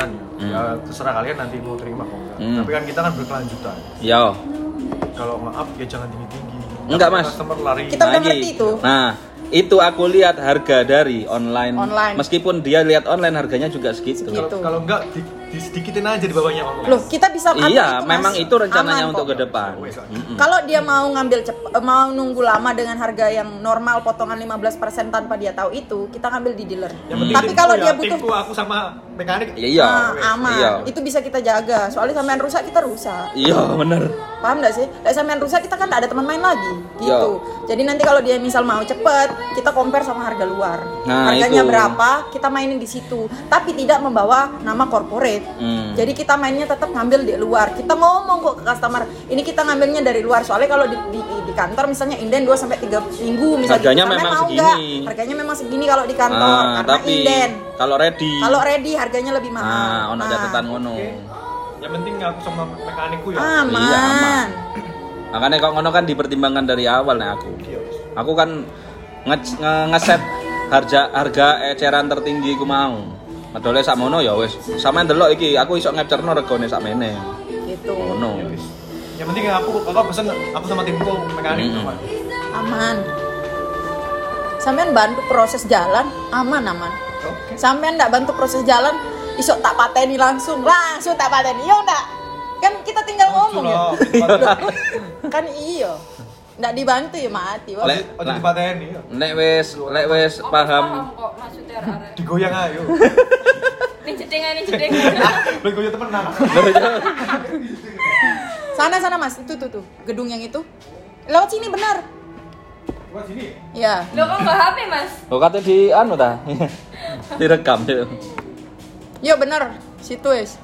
Ya terserah kalian nanti mau terima kok enggak. Tapi kan kita kan berkelanjutan. Yo. Kalau maaf ya jangan tinggi-tinggi. Enggak, Mas. Customer lari. Kita udah Lagi. ngerti itu. Nah, itu aku lihat harga dari online. Online. Meskipun dia lihat online harganya juga segitu. Segitu. Kalau enggak sedikitin aja di bawahnya online. Loh, kita bisa ambil Iya, itu, Mas. memang itu rencananya Aman untuk kok. ke depan. Kalau dia mau ngambil mau nunggu lama dengan harga yang normal potongan 15% tanpa dia tahu itu, kita ngambil di dealer. Yang penting Tapi timku kalau ya, dia butuh timku aku sama mekanik. Iya. aman. Iya. Itu bisa kita jaga. Soalnya sampean rusak kita rusak. Iya, bener. Paham nggak sih? Lah sampean rusak kita kan nggak ada teman main lagi, Iya. gitu. Jadi nanti kalau dia misal mau cepet, kita compare sama harga luar. Nah, Harganya itu. berapa? Kita mainin di situ. Tapi tidak membawa nama corporate. Jadi kita mainnya tetap ngambil di luar. Kita ngomong kok ke customer, ini kita ngambilnya dari luar. Soalnya kalau di kantor misalnya inden 2 sampai 3 minggu misalnya Harganya sampai memang mau segini. nggak? Harganya memang segini kalau di kantor karena Tapi inden. kalau ready. Kalau ready harganya lebih mahal. Nah, ono catatan ngono. Yang penting aku sama mekanikku ya. Aman. Iya, aman. Makanya kok ngono kan dipertimbangkan dari awal nih aku. Aku kan ngeset harga eceran tertinggi ku mau. Padahal sakmono ya wis. Sampeyan delok iki aku iso ngepcerno regane sakmene. Gitu. Ngono. Yang penting aku pesen aku sama timku mekanik aman. Aman. Sampean bantu proses jalan, aman. Sampean enggak bantu proses jalan, isok tak pateni langsung tak pateni. Yo enggak. Kan kita tinggal ngomong ya. Kan iya. Enggak dibantu ya mati. Wah. Ojo dipateni ya. Nek wis paham. kok maksudnya arek. Digoyang ayo. Ning jeding. Lu goyang temenan. Sana Mas, itu tuh. Gedung yang itu. Lewat sini benar. Gua sini. Iya. Lo kok nggak HP mas? Kok kate di anu ta? Direkam tuh. Yo benar. Situ wes.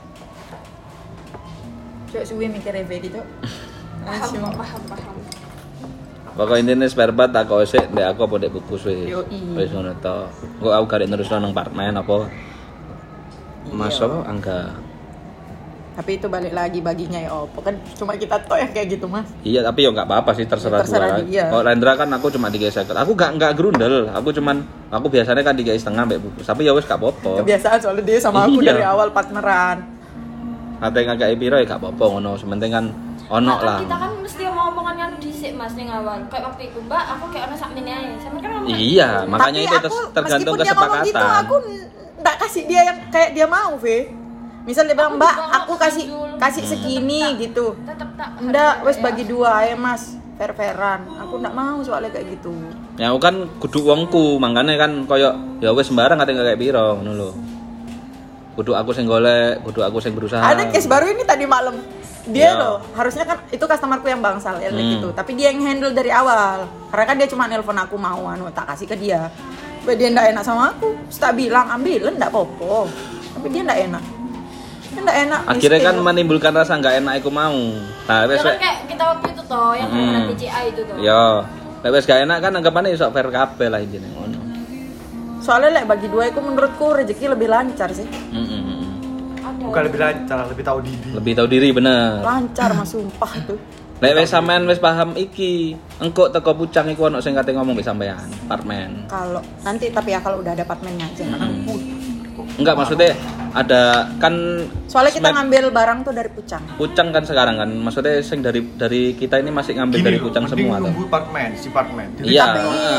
Cuk suwi mikir revedi cuk. Paham. Pokok intine spare part tak kok sik ndek aku apa ndek buku wis. Yoi. Wis ngono to. Kok aku garek nerusno nang apartemen apa? Mas apa angga. Tapi itu balik lagi baginya ya opo kan cuma kita toh yang kayak gitu Mas. Iya, tapi ya enggak apa-apa sih terserah Terserah gua. dia. Kalau Rendra kan aku cuma 3 second. Aku enggak grundel. Aku biasanya kan 3 setengah mbek buku. Tapi ya wis gak apa-apa. Kebiasaan soalnya dia sama aku Iya. dari awal partneran. Ate ngagak piro ya gak apa-apa ngono. Sementing kan ono lah. Kita kan mesti omongan kan dhisik mas ning awal. Kayak waktu itu Mbak, aku kayak ono sakmene ae. Sama kan ngomong. Iya, makanya Tapi itu aku, tergantung meskipun dia ngomong gitu, kesepakatan. aku nggak kasih dia yang kayak dia mau, Ve. Misal dia bilang, Aku Mbak, juga aku nggak kasih segini gitu. Tetep tak. Enggak, wes bagi dua ya Mas, fair-fairan. Aku nggak mau soalnya kayak gitu. Ya aku kan kudu wongku, makanya kan koyo ya wis sembarang kate kayak piro ngono lho. Kudu aku sing golek, kudu aku sing berusaha. Ada case baru ini tadi malam. Dia Ya. loh, harusnya kan itu customerku yang bangsal ya gitu. Tapi dia yang handle dari awal. Karena kan dia cuma nelpon aku mau tak kasih ke dia. Tapi dia enggak enak sama aku. Terus tak bilang ambilin enggak apa-apa. Tapi dia enggak enak. Dia enggak enak. Akhirnya kan miskin. menimbulkan rasa nggak enak aku mau. Nah, Ya wes kan kayak kita waktu itu toh yang pernah BCA itu toh. ya, nek wes gak enak kan anggapannya iso fair kabeh lah intine ngono. Soalnya lek bagi dua itu menurutku rezeki lebih lancar sih. Bukan lebih lancar, lebih tahu diri. Lebih tahu diri bener. Lancar mas sumpah itu. Nek wes sampean wes paham iki, engko teko pucang iku ono sing kate ngomong mbek sampean, apartemen. Kalau nanti tapi ya kalau udah ada apartemennya aja. Enggak maksudnya ada kan Soalnya kita smack- ngambil barang tuh dari Pucang. Pucang kan sekarang kan, maksudnya sing dari kita ini masih ngambil dari Pucang mending semua tuh. nunggu apartemen, si apartemen. Iya. Tapi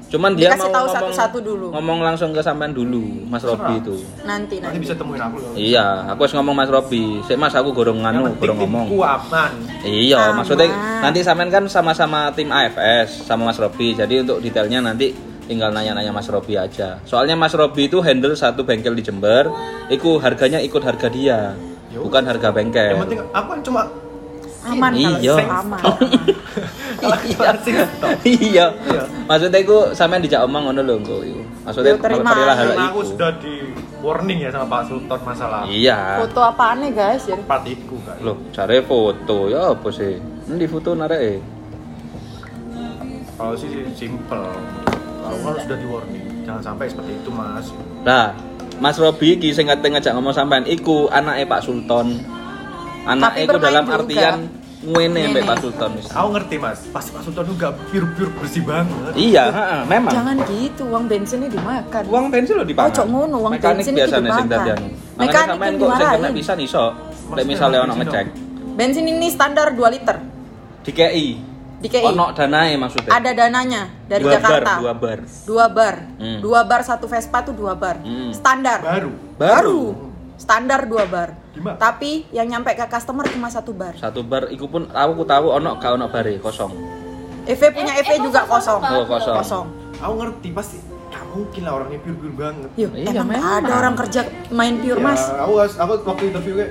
Cuman dia Dikasih mau tahu ngomong satu-satu dulu. Ngomong langsung ke sampean dulu, Mas Robi itu. Nanti. Nanti bisa temuin aku loh. Iya, aku harus ngomong Mas Robi. Sik Mas, aku gorong gorong ngomong. Timku aman. Iya, Aman. maksudnya nanti sampean kan sama-sama tim AFS sama Mas Robi. Jadi untuk detailnya nanti tinggal nanya-nanya Mas Robi aja. Soalnya Mas Robi itu handle satu bengkel di Jember, itu harganya ikut harga dia, bukan harga bengkel. Yang penting aku kan cuma Aman kalau Iya. itu aman. Iya. Maksudnya itu sampean dijak omong ngono lho engko iku. Maksudnya Yo, terima. perilah hal karena aku itu. sudah di warning ya sama Pak Sultan masalah Iya. Foto apaan nih guys? Jadi part itu kan. Loh, cari foto ya apa sih? Endi foto nareke? Kalau sih simple. Kalau kan sudah di warning, jangan sampai seperti itu Mas. Nah, Mas Robi iki sing ngajak ngomong sampean iku anake Pak Sultan. Anake iku bermain dalam juga. artian ngene mbek Ngene. Pak Sultan wis. Aku ngerti Mas, pasti Pak Sultan juga pure bersih banget. Iya, heeh, memang. jangan gitu, uang bensinnya dimakan. Uang bensin lo dipangan. Ojo ngono, uang mekanik bensin biasanya itu sing dadi dimakan. anu. Mekanik Makanya sampean yang kok sing kena dimarahin. bisa iso. Lek Maksudnya misale ono bensin ngecek. Bensin ini standar 2 liter. DKI. Di KI. Ono danae maksudnya. Ada dananya dari 2 Jakarta. bar. 2 bar. Hmm. 2 bar satu Vespa tuh 2 bar. Hmm. Standar. Baru. Standar 2 bar. Gimana? Tapi yang nyampe ke customer cuma 1 bar. Satu bar iku pun aku tahu ono gak ono bare kosong. EV punya EV juga kosong. Oh, kosong. Kosong. Aku ngerti pasti gak mungkin lah orangnya pure banget. Yuk, Iya, emang memang. ada orang kerja main pure, Ya, Mas. aku waktu interview kayak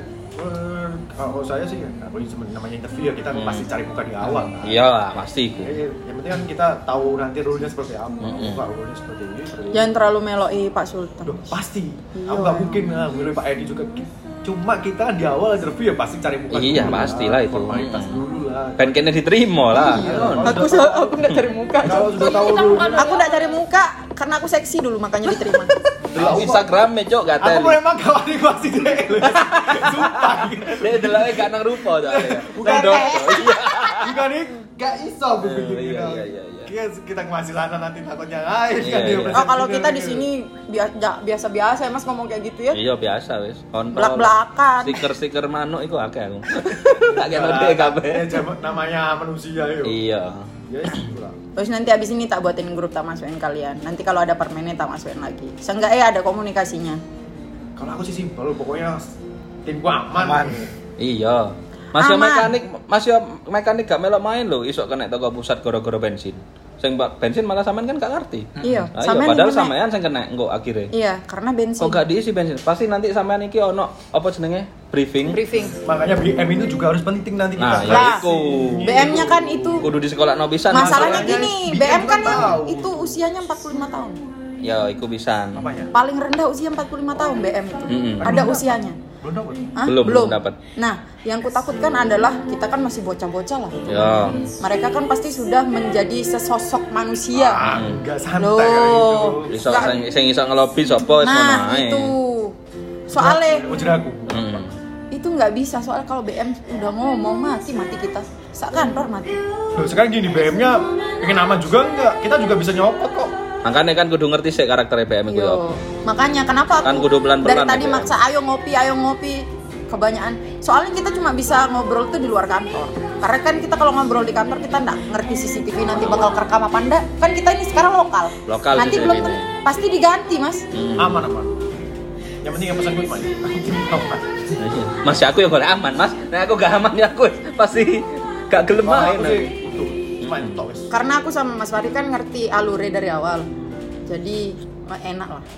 kalau saya sih aku namanya interview ya kita pasti cari muka di awal kan. Iya, pasti iku. Yang penting kan kita tahu nanti rule-nya seperti apa. Mm-mm. Pak rule-nya seperti ini. Jangan terlalu meloi Pak Sultan. Duh, pasti. Iya. Aku gak mungkin lah milih Pak Edi juga. Cuma kita di awal interview ya pasti cari muka. Iya, dulu pastilah itu. Formalitas dulu lah. Ben kene diterima lah. Iya. Aku enggak cari muka. Kalau sudah tahu dulu. Aku enggak cari muka karena aku seksi dulu makanya diterima. Delok Instagram cok gak Aku teli. memang kawan di masih deh. Sumpah. Dia deloknya gak nang rupa to. Bukan Iya. Bukan nih, gak iso gue bikin Iya, gitu. iya, iya, iya. Kita ngasih lana nanti takutnya lain Iya, kan dia. iya. Oh, kalau kita di sini biasa-biasa ya Mas ngomong kayak gitu ya. Iya biasa wis. Kontrol. Belak-belakan. Stiker-stiker manuk iku akeh aku. Tak kena Nah, dhek kabeh. namanya manusia yuk. Iya. Ya gitu lah. Terus nanti abis ini tak buatin grup, tak masukin kalian. Nanti kalau ada permennya tak masukin lagi. Seenggaknya ada komunikasinya. Kalau aku sih simpel, pokoknya timku aman. Iya. Masih Aman. mekanik gak melok main lho, isok kena toko pusat gara-gara bensin. Sing bensin malah sampean kan gak ngerti. Iya, Nah, iya, sampean padahal ini kena. sampean sing kena engko akhirnya. Iya, karena bensin. Kok gak diisi bensin? Pasti nanti sampean iki ono apa jenenge? Briefing. Makanya BM itu juga harus penting nanti Nah, kita. ya Lah, iku. BM-nya kan itu. Kudu di sekolah no pisan. Masalahnya masalahnya gini, BM BM kan kan tahu. itu usianya 45 tahun. Ya, iku pisan. Apanya? Paling rendah usia 45 tahun BM itu. Mm-mm. Ada usianya. Belum dapat. Hah? Belum dapat. Nah, yang kutakutkan adalah kita kan masih bocah-bocah lah. Ya. Mereka kan pasti sudah menjadi sesosok manusia. Enggak santai Loh. kayak gitu. Iso Nggak. sing iso ngelobi sapa wis ngono Nah, ae. itu. Soalnya Ujar aku. itu nggak bisa, soalnya kalau BM udah ngomong mati kita. Sak kantor mati. Loh, sekarang gini BM-nya pengen aman juga enggak? Kita juga bisa nyopot kok. Makanya kan kudu ngerti sih karakter BM iku ya. Yo. Makanya kenapa aku Kan kudu pelan-pelan dari tadi ya, maksa ayo ngopi kebanyakan. Soalnya kita cuma bisa ngobrol tuh di luar kantor. Karena kan kita kalau ngobrol di kantor kita nggak ngerti CCTV nanti bakal kerekam apa enggak. Kan kita ini sekarang lokal. Lokal Nanti CCTV belum ini. pasti diganti, Mas. Aman. Yang penting yang pesan gue main. Mas aku ya boleh aman, Mas. Nah aku gak aman ya aku pasti gak gelem main. Main tok wis. Karena aku sama Mas Fari kan ngerti alure dari awal. Jadi enak lah.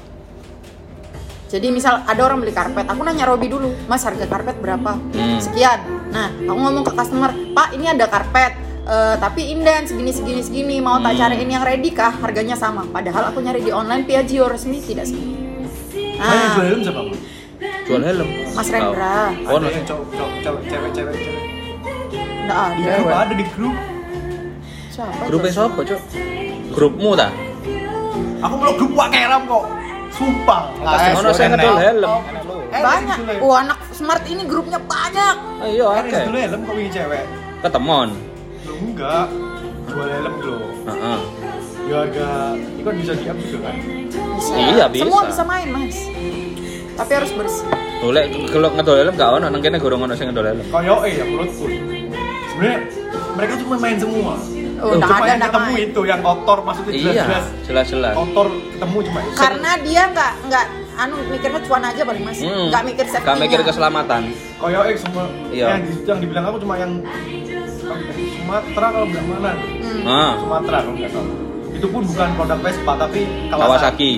Jadi misal ada orang beli karpet, aku nanya Robi dulu, Mas harga karpet berapa? Sekian. Nah, aku ngomong ke customer, Pak ini ada karpet, tapi inden segini, mau tak cariin yang ready kah? Harganya sama. Padahal aku nyari di online Piaggio resmi tidak sih. Main jual helm siapa? Jual helm. Mas Rendra, Oh, Ada yang cewek. nggak Di ada. grup ada di grup. Siapa? grupnya Jos? siapa, Cok? Grupmu ta? Aku melok grup Wak Keram kok. Sumpah. Ono sing ngedol helm. Banyak. Anak smart ini grupnya banyak. Iya, Ada oke. dulu helm kok ini cewek. Ketemon. Lo enggak. Jual helm lo. Heeh. Ya harga itu kan bisa di-up juga kan. Bisa. Iya, bisa. Semua bisa main, Mas. Tapi harus bersih. Golek kalau ngedol helm gak ono nang kene gorong ono sing ngedol helm. Kayak ya menurutku. Sebenarnya mereka cuma main semua. Oh, cuma nggak ada, yang nggak ketemu main. itu yang kotor maksudnya Iya, jelas-jelas. kotor ketemu cuma itu. Karena dia nggak mikirnya cuan aja paling Mas. Nggak mikir safety-nya. Gak mikir keselamatan. Koyo semua Iya. yang dibilang aku cuma yang Sumatera kalau nggak mana. Nah, Sumatera kalau nggak salah. Itu pun bukan produk Vespa tapi Kawasaki.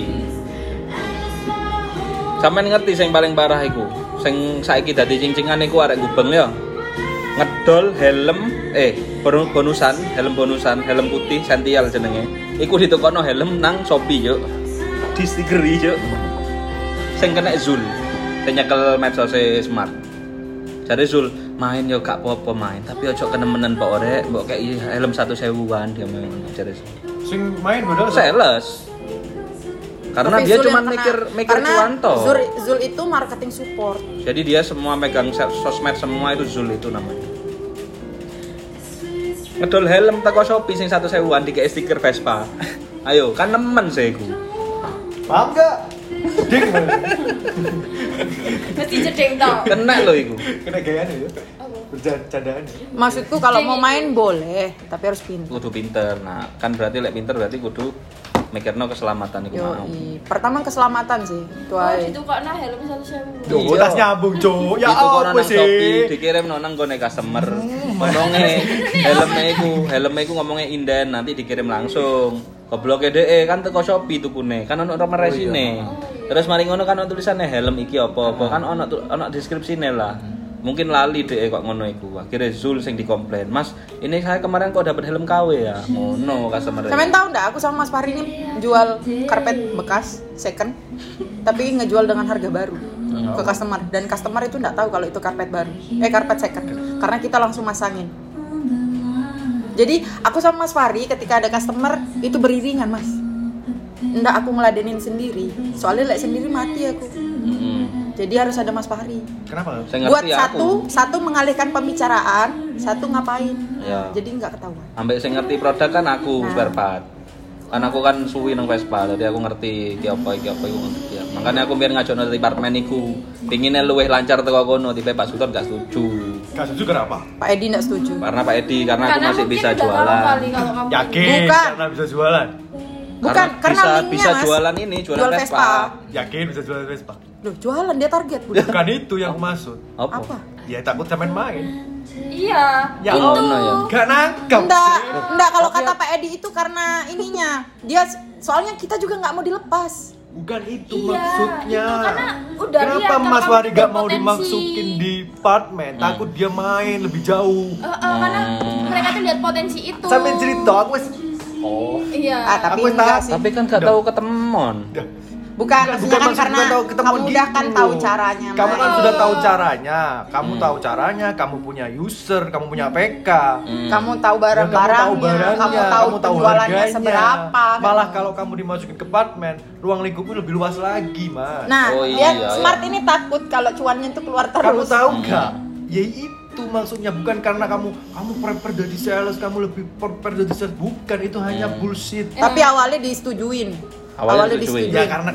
Sampeyan ngerti sing paling parah iku? Sing saiki dadi cing-cingan iku arek Gubeng ya. Ngedol helm helm bonusan, helm putih Sential jenenge. Iku ditokono helm nang Shopee yo. Di stikeri yo. Sing kena Zul. Sing nyekel medsose Smart. Jare Zul, main yo gak apa-apa main, tapi ojo kenemenen Pak Orek, mbok kei helm 1.000-an dia main jare. sing main modal Sales. Karena Tapi dia Zul cuma yang mikir karena cuan toh. Zul itu marketing support. Jadi dia semua megang sosmed semua itu Zul itu namanya. Ngedol helm teko Shopee sing 1.000-an dikek stiker Vespa. Ayo, kan nemen saya iku. paham nggak ding Mesti jeding tau. Kena lho iku. kena gayanya ya bercandaan Maksudku kalau mau main boleh, tapi harus pintar. Kudu pinter. Nah, kan berarti lek pinter berarti kudu mikirno keselamatan iku mau. Pertama keselamatan sih, itu Oh, aja. itu kok nah helm 1.000. Duh, tas nyambung cowok ya Itu kono apa nang Shopee sih dikirim nang gone customer. Ngomongnya helm iku ngomongnya inden nanti dikirim langsung. Gobloke dhek kan teko Shopee tukune, kan ono nomor resine. Terus mari ngono kan ono tulisannya helm iki apa-apa kan ono deskripsine lah. Mungkin lali dhek kok ngono iku. Akhirnya Zul sing dikomplain, "Mas, ini saya kemarin kok dapat helm KW ya." Ngono customer. Sampean tahu enggak aku sama Mas Fahri ini jual karpet bekas second tapi ngejual dengan harga baru ke customer dan customer itu enggak tahu kalau itu karpet baru. Karpet second karena kita langsung masangin. Jadi aku sama Mas Fahri ketika ada customer itu beriringan Mas. Nggak aku ngeladenin sendiri. Soalnya lek sendiri mati aku. Jadi harus ada Mas Fahri. kenapa Saya Buat ngerti satu mengalihkan pembicaraan, satu ngapain. Ya. Jadi nggak ketahuan. Ambek sing ngerti produk kan aku Nah. spare part. Kan aku kan suwi nang Vespa, jadi aku ngerti iki apa iku ngerti ya. Makanya aku biar ngajono departemen iku. Pingine luwih lancar teko kono, tipe Pak Sultan gak setuju. gak setuju kenapa Pak Edi nggak setuju. Karena Pak Edi karena aku masih mungkin bisa udah tahu jualan. kali kalau kamu yakin Bukan. karena bisa jualan Bukan, karena linknya, bisa Mas. jualan ini, jualan Vespa. yakin bisa jualan Vespa Loh, jualan dia target, Bu. bukan itu yang aku maksud Apa? ya takut sampean main Iya. ya Oh, Allah, no, ya. gak nangkep Enggak kalau kata Pak Edi itu karena ininya. Dia soalnya kita juga nggak mau dilepas. bukan itu Iya, maksudnya itu karena udah lihat kenapa kalau Mas kamu Wari gak mau berpotensi. dimasukin di apartemen takut dia main lebih jauh Karena mereka tuh lihat potensi itu. sampai cerita aku wes Iya. Tapi Aku enggak tahu. sih. Tapi kan gak tahu ketemon. Bukan, maksudnya kan maksud karena bukan tahu ketemu kamu udah kan gitu. tahu caranya. Kamu Mas. kan sudah tahu caranya. Kamu tahu caranya, kamu punya user, kamu punya PK. Kamu tahu barang-barangnya, kamu tahu penjualannya seberapa. Malah kalau kamu dimasukin ke apartemen, ruang lingkupnya lebih luas lagi, Mas. Nah, Oh, dia iya, smart ini takut kalau cuannya itu keluar terus. Kamu tahu nggak? Ya itu maksudnya bukan karena kamu prepare dari sales, kamu lebih prepare dari sales, bukan itu hanya bullshit. Tapi awalnya disetujuin. Awalnya disetujuin. Ya karena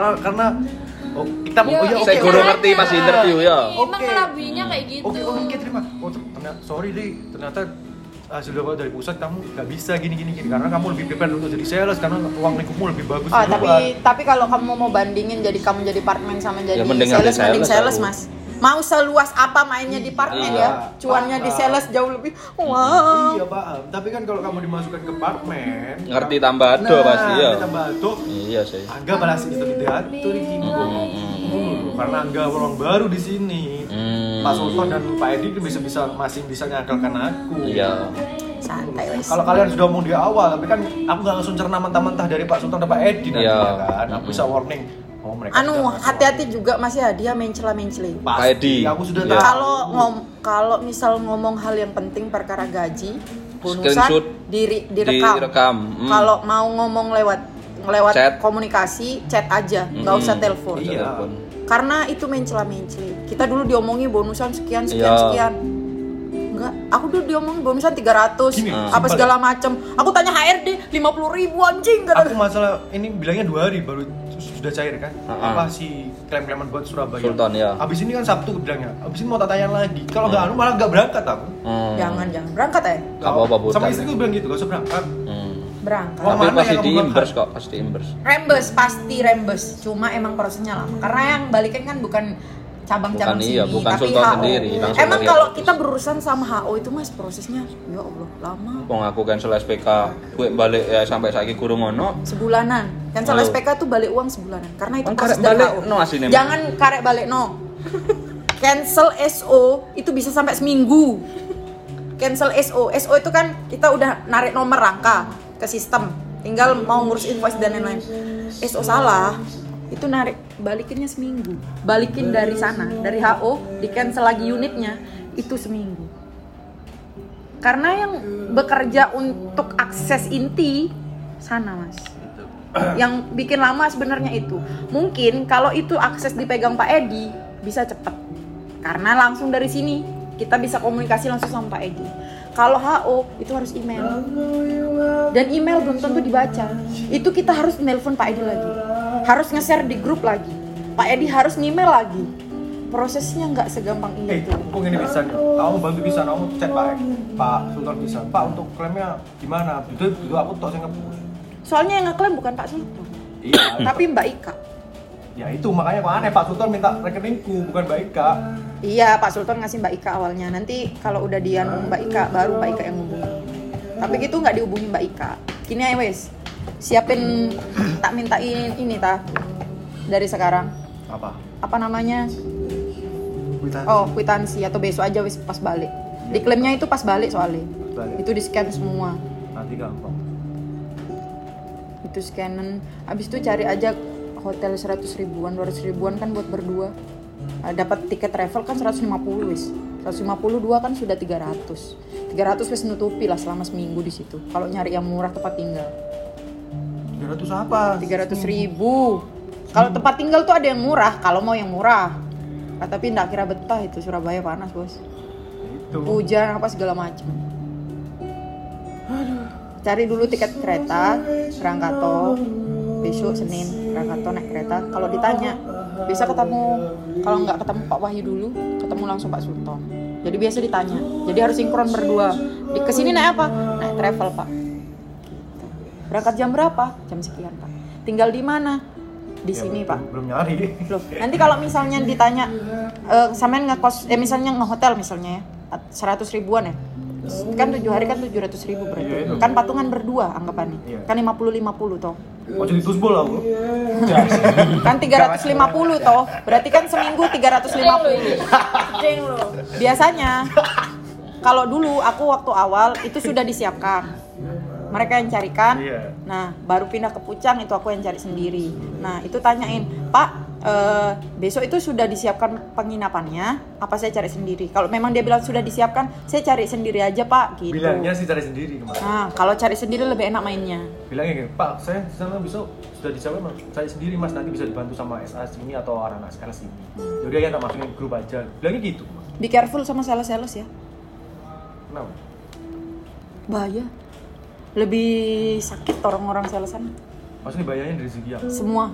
kita Yo, oh ya itu Saya oke. guru kan ngerti ada. pas interview ya. Emang Oke. ngelabuinya kayak gitu. Oke terima. Oh ternyata sorry deh, ternyata hasil dapat dari pusat kamu nggak bisa gini karena kamu lebih prepare untuk jadi sales karena uang lingkupmu lebih bagus di luar. Tapi kalau kamu mau bandingin jadi kamu jadi partner sama jadi Ya, mending sales, ada mending sales, sales aku. Mas. Mau seluas apa mainnya di partner Iya. ya, cuannya di sales jauh lebih. Wow. Iya paham, tapi kan kalau kamu dimasukkan ke apartemen Ngerti tambah ado pasti ya. tambah ado Iya sih. Angga balas itu diatur iki. Karena Angga orang baru di sini. Pak Sultan dan Pak Edi itu masih bisa nyakalkan aku. Iya. Santai wes. Kalau kalian sudah ngomong di awal, tapi kan aku nggak langsung cerna mentah-mentah dari Pak Sultan dan Pak Edi nanti Iya. kan. Aku bisa warning. Oh, mereka sudah Hati-hati juga Mas ya, dia mencela-menceli. Pasti, Pak Edi. aku sudah Iya. tahu. Kalau misal ngomong hal yang penting perkara gaji, Screenshot, bonusan direkam. direkam. Kalau mau ngomong lewat Chat. komunikasi, chat aja, nggak usah telepon. Iya. Karena itu mencela-menceli. Kita dulu diomongi bonusan sekian. Iya. enggak. Aku dulu diomongin bonusan 300, Gini, apa simpel segala macem. Aku tanya HRD 50.000 anjing Aku kata. masalah ini bilangnya 2 hari baru sudah cair kan. Apa si klaim-klaiman buat Surabaya. Sultan, ya. Abis ini kan Sabtu bilangnya. Abis ini mau tak tanya lagi. Kalau nggak malah nggak berangkat aku. Jangan berangkat ya. Gak apa-apa, Bu. Sama istriku bilang gitu, gak usah berangkat. Berangkat. Wah, Tapi mana pasti yang diimbers membangkang? kok, pasti diimbers. Rembes pasti rembes. Cuma emang prosesnya lama. Karena yang balikin kan bukan cabang-cabang Bukan, sini, iya, bukan tapi Sultan HO. sendiri, langsung Emang dari kalau HO. kita berurusan sama HO itu Mas prosesnya ya Allah lama. Wong aku cancel SPK, gue balik ya sampai saiki kurang ngono. Sebulanan. Cancel Halo. SPK tuh balik uang sebulanan. Karena itu Kan proses karek dari balik HO. no asine. Jangan karek balik no. Cancel SO itu bisa sampai seminggu. Cancel SO. SO itu kan kita udah narik nomor rangka ke sistem. Tinggal mau ngurus invoice dan lain-lain. SO salah. Itu narik balikinnya seminggu. Balikin dari sana, dari HO, di cancel lagi unitnya itu seminggu. Karena yang bekerja untuk akses inti sana, Mas. Yang bikin lama sebenarnya itu. Mungkin kalau itu akses dipegang Pak Edi bisa cepat. Karena langsung dari sini kita bisa komunikasi langsung sama Pak Edi. Kalau HO itu harus email. Dan email belum tentu dibaca. Itu kita harus nelpon Pak Edi lagi. Harus nge-share di grup lagi. Pak Edi harus nge-email lagi. Prosesnya nggak segampang itu. Mumpung ini bisa nih. Kamu bantu bisa, kamu chat Pak Sultan bisa. Pak untuk klaimnya gimana? Itu aku tok sing nge-push. Soalnya yang ngeklaim bukan Pak Sultan. Iya. Tapi Mbak Ika. Ya itu makanya kok aneh Pak Sultan minta rekeningku bukan Mbak Ika. Iya, Pak Sultan ngasih Mbak Ika awalnya. Nanti kalau udah dia Mbak Ika, baru Mbak Ika yang ngubungin. Tapi gitu nggak dihubungi Mbak Ika. Gini aja wes, siapin tak mintain ini ta dari sekarang. Apa namanya? Kwitansi atau besok aja wes pas balik. Diklaimnya itu pas balik soalnya. Balik. Itu di scan semua. Nanti gampang. Itu scanan. Habis itu cari aja hotel 100 ribuan, 200 ribuan kan buat berdua. Dapat tiket travel kan 150 wis. 152 kan sudah 300. 300 wis nutupi lah selama seminggu di situ. Kalau nyari yang murah tempat tinggal. 300 apa? 300 ribu. Kalau tempat tinggal tuh ada yang murah, kalau mau yang murah. Tapi nggak kira betah itu, Surabaya panas bos. Itu. Hujan apa segala macam. Cari dulu tiket kereta, berangkat toh. Besok Senin berangkat toh naik kereta. Kalau ditanya, bisa ketemu. Kalau nggak ketemu Pak Wahyu dulu, ketemu langsung Pak Sultan. Jadi biasa ditanya. Jadi harus sinkron berdua. Di kesini naik apa? Naik travel Pak. Berangkat jam berapa? Jam sekian Pak. Tinggal di mana? Di sini Pak. Belum nyari. Loh, nanti kalau misalnya ditanya sampean ngekos misalnya ngehotel misalnya ya 100 ribuan ya. Kan 7 hari kan 700 ribu berarti. Iya, itu. Kan patungan berdua anggapannya. Iya. Kan 50-50 toh. Oh jadi tusbol aku. Kan 350 toh. Berarti kan seminggu 350. Jeng lo. Biasanya kalau dulu aku waktu awal itu sudah disiapkan. Mereka yang carikan. Iya. Nah, baru pindah ke Pucang itu aku yang cari sendiri. Nah, itu tanyain, "Pak, besok itu sudah disiapkan penginapannya, apa saya cari sendiri?" Kalau memang dia bilang sudah disiapkan, saya cari sendiri aja, Pak, gitu. Bilangnya sih cari sendiri kemarin. Nah, kalau cari sendiri lebih enak mainnya. Bilangnya gini, Pak, saya di sana besok sudah disiapkan, cari sendiri Mas, nanti bisa dibantu sama SA sini atau anak-anak sekarang sini. Jadi ya tak masukin grup aja. Bilangnya gitu. Be careful sama sales-sales ya. Kenapa? Bahaya. Lebih sakit orang-orang salesan. Maksudnya bayarnya dari segi apa? Semua.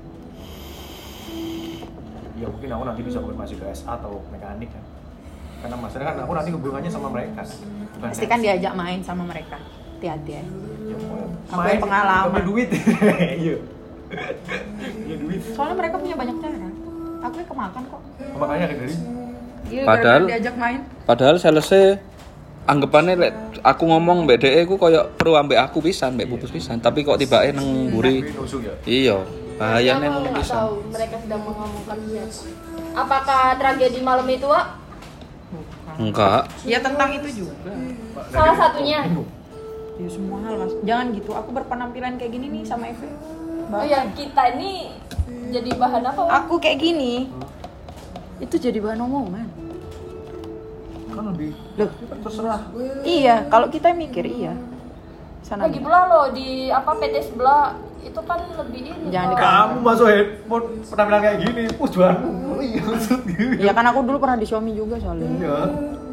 Ya mungkin aku nanti bisa konfirmasi ke SA atau mekanik kan. Karena masalahnya kan aku nanti hubungannya sama mereka. Bukan Pasti kan diajak main sama mereka. Hati-hati ya. Ya, Aku yang pengalaman. Tapi duit. Iya. Iya duit. Soalnya mereka punya banyak cara. Aku yang kemakan kok. Makanya ada dari Iya, Padahal- gara-gara diajak main. Padahal salesnya anggapannya lek aku ngomong mbek DE ku koyo pro ambek aku pisan, mbek pupus pisan, tapi kok tibake nang mburi. nusuk ya. Iya, bahayane Aku ngono nggak pisan. tahu mereka sedang mengomongkan siapa. Apakah tragedi malam itu, Wak? Enggak. Ya tentang itu juga. Salah satunya. Ya semua hal mas. Jangan gitu. Aku berpenampilan kayak gini nih sama Eve. Oh ya, kita ini jadi bahan apa, Wak? Aku kayak gini. Itu jadi bahan omongan. Kan lebih Loh, terserah. iya. Kalau kita mikir iya. Sana. Lagi pula loh di apa PT sebelah itu kan lebih ini. Jangan Wak. Kamu masuk headphone penampilan kayak gini, tujuanmu. Iya maksud gitu. Iya kan aku dulu pernah di Xiaomi juga soalnya. Iya.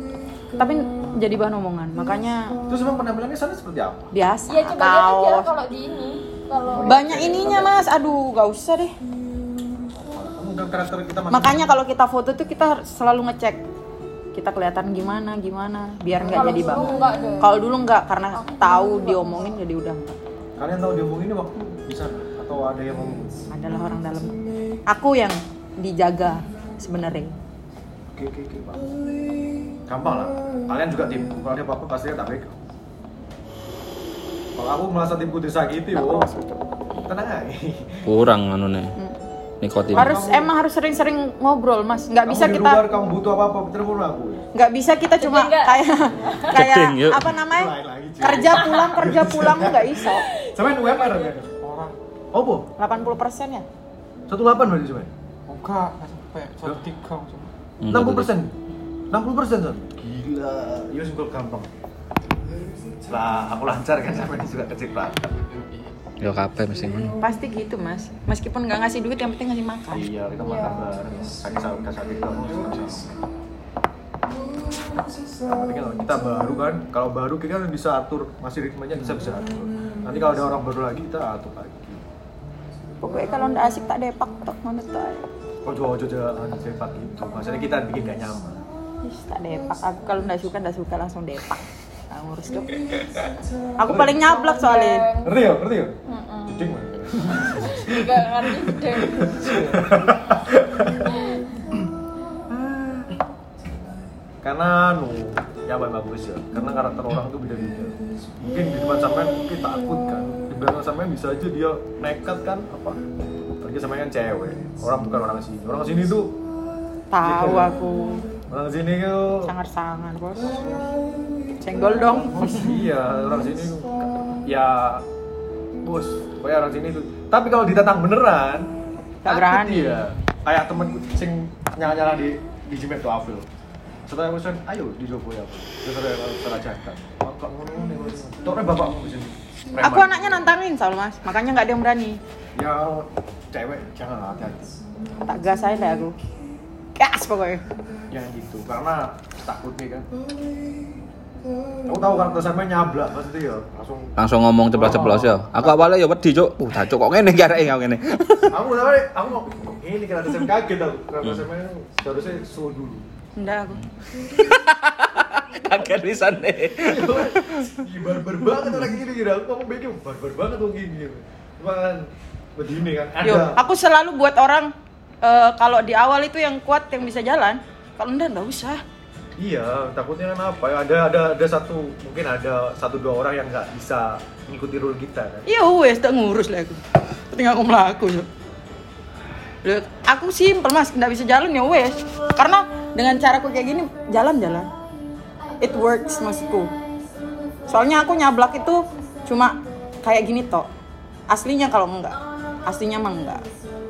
tapi jadi bahan omongan. Makanya Terus emang penampilannya sana seperti apa? biasa. Ya coba lihat aja kaos. kalau di ini. Kalau Banyak ininya Mas. Aduh, gak usah deh. Enggak karakter kita masih. Makanya kalau kita foto tuh kita selalu ngecek kita kelihatan gimana biar nggak Kalau jadi dulu banget. enggak deh. Kalau dulu nggak karena tahu diomongin jadi udah enggak. Kalian tahu diomongin waktu di sana atau ada yang ngomong? Adalah orang dalam. Aku yang dijaga sebenarnya. Oke, Pak. Gampang lah. Kalian juga tim. Kalau ada apa-apa pasti tak pegang. Kalau aku merasa timku disakiti, tenang aja. Kurang anune. Nikotin. Harus sering-sering ngobrol Mas. Nggak bisa Kamu di kita luar, kamu butuh apa-apa, telepon aku. nggak bisa kita cuma Jadi nggak? kayak Jeding, yuk. apa namanya Lain lagi, cuy. kerja pulang nggak iso. Sampai UMR kan? Orang. Oh, Bu. 80% ya. 18 berarti sampai. Enggak sampai 1.3 cuma. 60%. 60% Son. Gila. Ya sungguh gampang. Setelah aku lancar kan sampai juga kecipratan. Yo kabeh mesti ngono. Pasti gitu Mas. Meskipun nggak ngasih duit yang penting ngasih makan. Iya, kita makan bareng. Sakit kamu. Tapi kalau kita baru kan, kalau baru kita bisa atur, masih ritmenya bisa atur. Nanti kalau ada orang baru lagi kita atur lagi. Pokoknya kalau nggak asik tak depak tok ngono tuh. Ojo jangan sepak gitu. Maksudnya kita bikin gak nyaman. Ih, tak depak. Aku kalau nggak suka langsung depak. Nggak ngurus dong. Aku paling nyablak soalnya. Ngerti ya? Jeding mah. enggak ngerti deh. Karena ya bagus ya. Karena karakter orang tuh beda-beda. Mungkin di depan sampean mungkin takut kan. Di belakang sampean bisa aja dia nekat kan apa? Pergi sampean kan cewek. Orang bukan orang sini. Orang sini tuh Tahu aku. orang sini tuh Sangar-sangar bos. Senggol dong. iya, orang sini tuh ya bos, pokoknya orang sini tuh. Tapi kalau ditantang beneran, Gak berani. Dia. Kayak temenku sing nyala-nyala di Jimet tuh Afil. Setelah aku sen, ayo dijogo ya. Terus ada salah jantan. Kok ngono nih. Toknya bapakmu di sini. Aku anaknya nantangin soal Mas. Makanya nggak ada yang berani. Ya cewek jangan hati-hati. Tak gas aja deh aku. Gas pokoknya. Jangan gitu, karena takut nih kan. Aku tahu karakter sampe nyablak maksudnya ya, Langsung ngomong ceplos-ceplos ya. Aku awalnya ya wedi, Cuk. Cuk kok ngene iki areke aku ngene. aku mau ini karakter sampe kaget aku. Karakter sampe seharusnya slow dulu. Enggak aku. Kaget pisan deh. Ih, barbar banget orang gini gitu. Aku ngomong begini, barbar banget orang gini. Cuma kan begini kan ada. Yo, aku selalu buat orang kalau di awal itu yang kuat yang bisa jalan. Kalau enggak usah. Iya, takutnya kan apa ya? Ada satu, mungkin ada 1-2 orang yang nggak bisa ngikuti rule kita kan. Iya wes, tak ngurus lah aku. Tinggal aku melaku yo. Loh, aku simpel Mas, nggak bisa jalan ya wes. Karena dengan caraku kayak gini jalan-jalan. It works maksudku. Soalnya aku nyablak itu cuma kayak gini tok. Aslinya kalau enggak, aslinya mah enggak.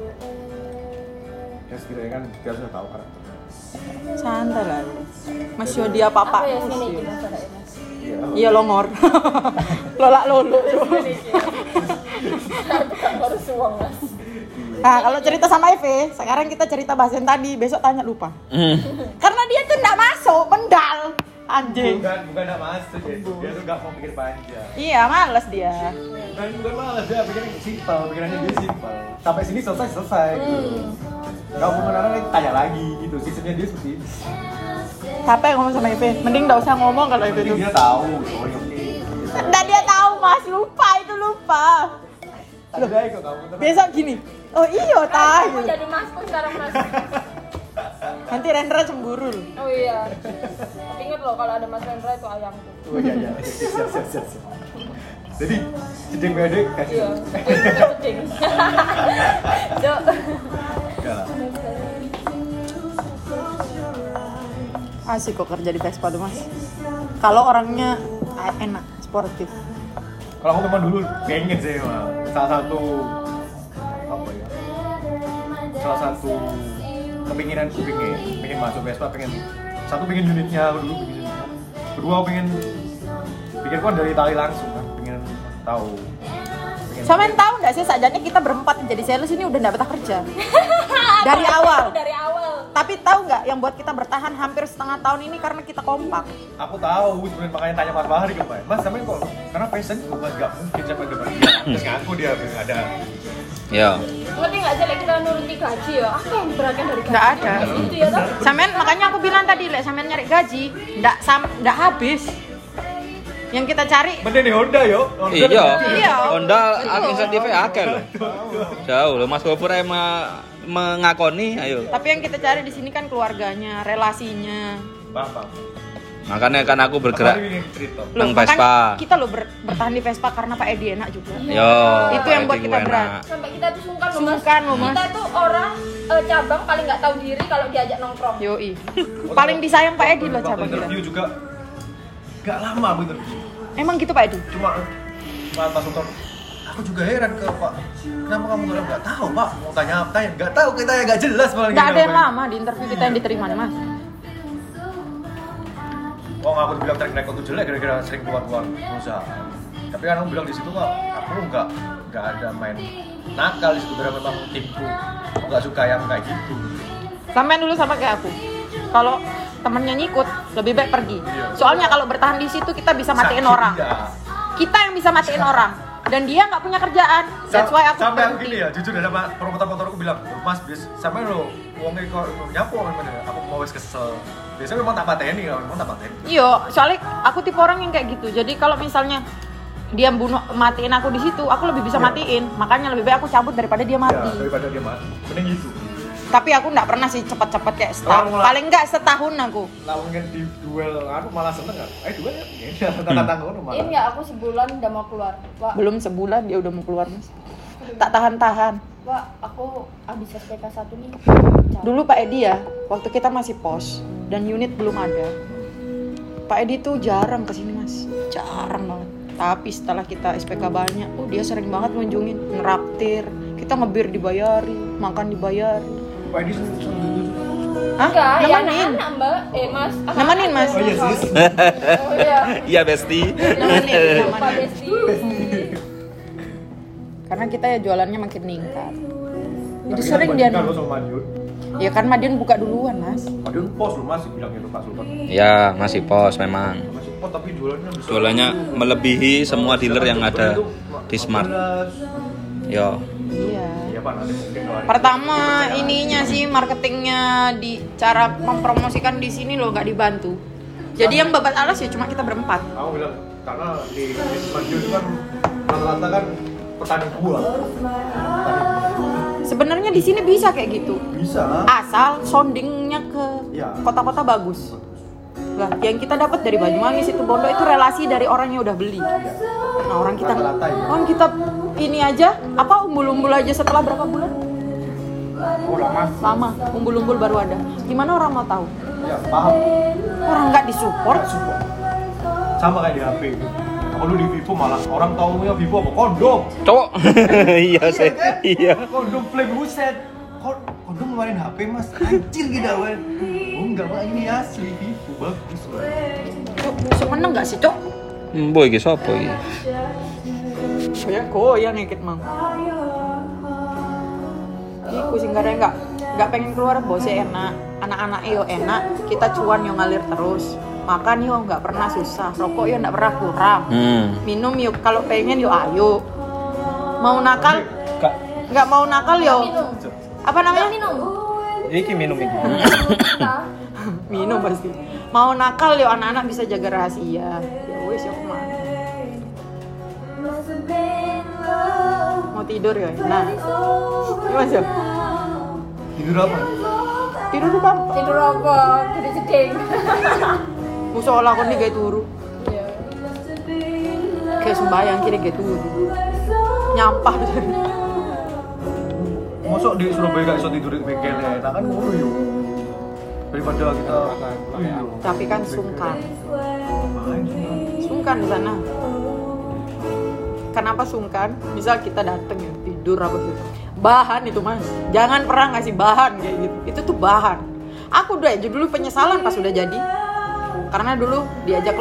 Ya sekiranya kan kita harusnya tahu karakternya. Santai lah. Mas yo dia apa-apa. Apa ya sini gitu saudaranya. Iya longor. Lolak lolo. Harus uang Mas. Nah, kalau cerita sama Eve, sekarang kita cerita bahas yang tadi, besok tanya lupa. Karena dia tuh enggak masuk, pendal. Anjing. Bukan nggak masuk ya, dia tuh nggak mau pikir panjang. Iya, males dia. Bukan malas dia pikirnya simpel, pikirannya dia simpel. Sampai sini selesai gitu. Nggak mau menang tanya lagi gitu, sistemnya dia seperti ini. Capek ngomong sama Eve, mending enggak usah ngomong kalau Eve Penting itu. dia tahu, sorry oke. Enggak dia tahu, Mas, lupa itu lupa. Ada kok kamu tenang. Biasa gini. Oh iya, Aku tahu. jadi masku sekarang Mas. Nanti Rendra cemburu loh. Oh iya. Tapi inget loh kalau ada Mas Rendra itu ayamku. Oh iya, siap. Jadi, jeding bedek kasih. Iya. Itu ceding. Cuk. Enggak lah. Asik kok kerja di Vespa tuh, Mas. Kalau orangnya enak, sportif. Kalau aku memang dulu pengen sih, Mas. Salah satu apa ya? Salah satu kepinginan aku pengen masuk Vespa, pengen unitnya aku dulu pengen unitnya. Kedua aku pikir kan dari tali langsung kan, pengen tahu. Sama yang tahu nggak sih, sajanya kita berempat jadi sales ini udah nggak betah kerja. Dari awal. Dari awal. Tapi tahu nggak yang buat kita bertahan hampir setengah tahun ini karena kita kompak. Aku tahu, sebenarnya makanya tanya Mas Bahari kemarin. Mas, sampai kok karena passion juga nggak mungkin sampai depan dia. Terus ngaku dia nggak ada. Ya. Ngerti nggak sih, like, kita nuruti gaji ya? Apa yang beratkan dari gaji? Nggak ada. Itu ya toh? Samen makanya aku bilang tadi, lek samen nyari gaji, nggak habis. Yang kita cari Mending di Honda yo. Iya. Honda insentifnya akeh loh. Jauh loh, Mas Gofur mengakoni, ayo. tapi yang kita cari di sini kan keluarganya, relasinya. Paham. Makanya kan aku bergerak Loh, nang Vespa. kan kita loh bertahan di Vespa karena Pak Edi enak juga. Yo. Itu yang buat Edi kita enak. berat. Sampai kita tuh sungkan loh, Sungkan loh, Mas. Kita tuh orang cabang paling nggak tahu diri kalau diajak nongkrong. Yoi. Paling disayang Pak Edi loh cabang kita. Interview juga nggak lama aku interview. Emang gitu Pak Edi? Cuma Pak Sultan, aku juga heran ke Pak, kenapa kamu nggak tahu Pak, mau tanya apa, nggak tahu, kita ya nggak jelas malah. Nggak ada yang lama di interview kita yang diterima nih Mas. Oh, aku bilang track record itu jelek gara-gara sering keluar-keluar perusahaan. Tapi kan aku bilang di situ Pak, aku nggak ada main nakal di situ, karena memang timku, aku nggak suka yang kayak gitu. Sampean dulu sama kayak aku. Kalau temennya nyikut, lebih baik pergi. Soalnya kalau bertahan di situ kita bisa matiin Sakit orang. dia. Kita yang bisa matiin orang. Dan dia nggak punya kerjaan. That's why aku sampai aku berhenti. gini ya, jujur ada promotor-promotor aku bilang, Mas, sampai lo uangnya kok nyapu mana? Aku mau wes kesel. Biasanya memang tak pateni, memang tak pateni. Iya, soalnya aku tipe orang yang kayak gitu. Jadi kalau misalnya dia matiin aku di situ, aku lebih bisa matiin. Makanya lebih baik aku cabut daripada dia mati. Ya, daripada dia mati. Mending gitu. Tapi aku nggak pernah sih cepet-cepet kayak setahun. Paling nggak setahun aku. Lawannya di duel, aku malah seneng kan? Duel ya? Ini tanda-tanda malah. Ini nggak, aku sebulan udah mau keluar, Pak. Belum sebulan dia udah mau keluar Mas. Tak tahan-tahan. Pak, aku habis SPK 1 nih. Dulu Pak Edi ya, waktu kita masih pos dan unit belum ada. Pak Edi tuh jarang kesini Mas, jarang banget. Tapi setelah kita SPK banyak, dia sering banget ngunjungin, ngeraktir. Kita ngebir dibayari, makan dibayari. Pak Edi Hah? Enggak, ya Nemenin. anak-anak Mbak. Mas. Nemenin, Mas. Oh iya sis. Oh iya. Iya, Besti. Nemenin, Pak nemenin. Besti. Karena kita ya jualannya makin meningkat. Jadi sering dia. Kalau sama Madiun. Ya kan Madiun buka duluan Mas. Madiun pos loh masih bilang itu Pak Sultan. Ya, masih pos memang. Masih pos tapi jualannya bisa. Jualannya melebihi semua dealer yang ada di Smart. Yo. Iya. Iya Pak, nanti mungkin kalau ada- Pertama ininya sih marketingnya di cara mempromosikan di sini loh nggak dibantu. Jadi yang babat alas ya cuma kita berempat. Aku bilang karena di Madiun itu kan rata-rata kan petani buah. Sebenarnya di sini bisa kayak gitu. Bisa. Asal soundingnya ke Iya. kota-kota bagus. Lah, yang kita dapat dari Banyuwangi situ Bondo itu relasi dari orang yang udah beli. Nah, orang kita ini aja apa umbul-umbul aja setelah berapa bulan? Oh lama. Lama, umbul-umbul baru ada. Gimana orang mau tahu? Ya paham. Orang nggak disupport. Support. Sama kayak di HP itu. Kalau di Vivo malah orang taunya Vivo apa kondom. Cowok. Iya sih. Iya. Kondom flame buset. Kondom ngeluarin HP Mas. Anjir gitu awan. Oh enggak Pak, ini asli Vivo bagus. Cok, semeneng nggak sih, Cok? Boy iki sapa iki? Goyang ngikit mang. Iku sing kadang nggak pengen keluar bosnya enak, anak-anak yo enak, kita cuan yo ngalir terus, makan yo nggak pernah susah, rokok yo nggak pernah kurang, minum yo kalau pengen yo ayo, mau nakal nggak mau nakal yo, apa namanya Iki minum iki. minum pasti, mau nakal yo anak-anak bisa jaga rahasia, ya wes yo kemana. Mau tidur ya, nah, gimana sih? Tidur apa? Tidur di bangku. Tidur apa? Tidur cedeng. Musola kon iki gawe turu. Iya. Kayak sembayang kiri gawe turu. Nyampah. Mosok di Surabaya gak iso tidur di bengkel enak kan ngono yo. Daripada kita Tapi kan sungkan. Sungkan di sana. Kenapa sungkan? Misal kita dateng ya, tidur apa gitu. Bahan itu Mas. Jangan pernah ngasih bahan kayak gitu. Itu tuh bahan. Aku udah aja dulu penyesalan pas udah jadi. Karena dulu diajak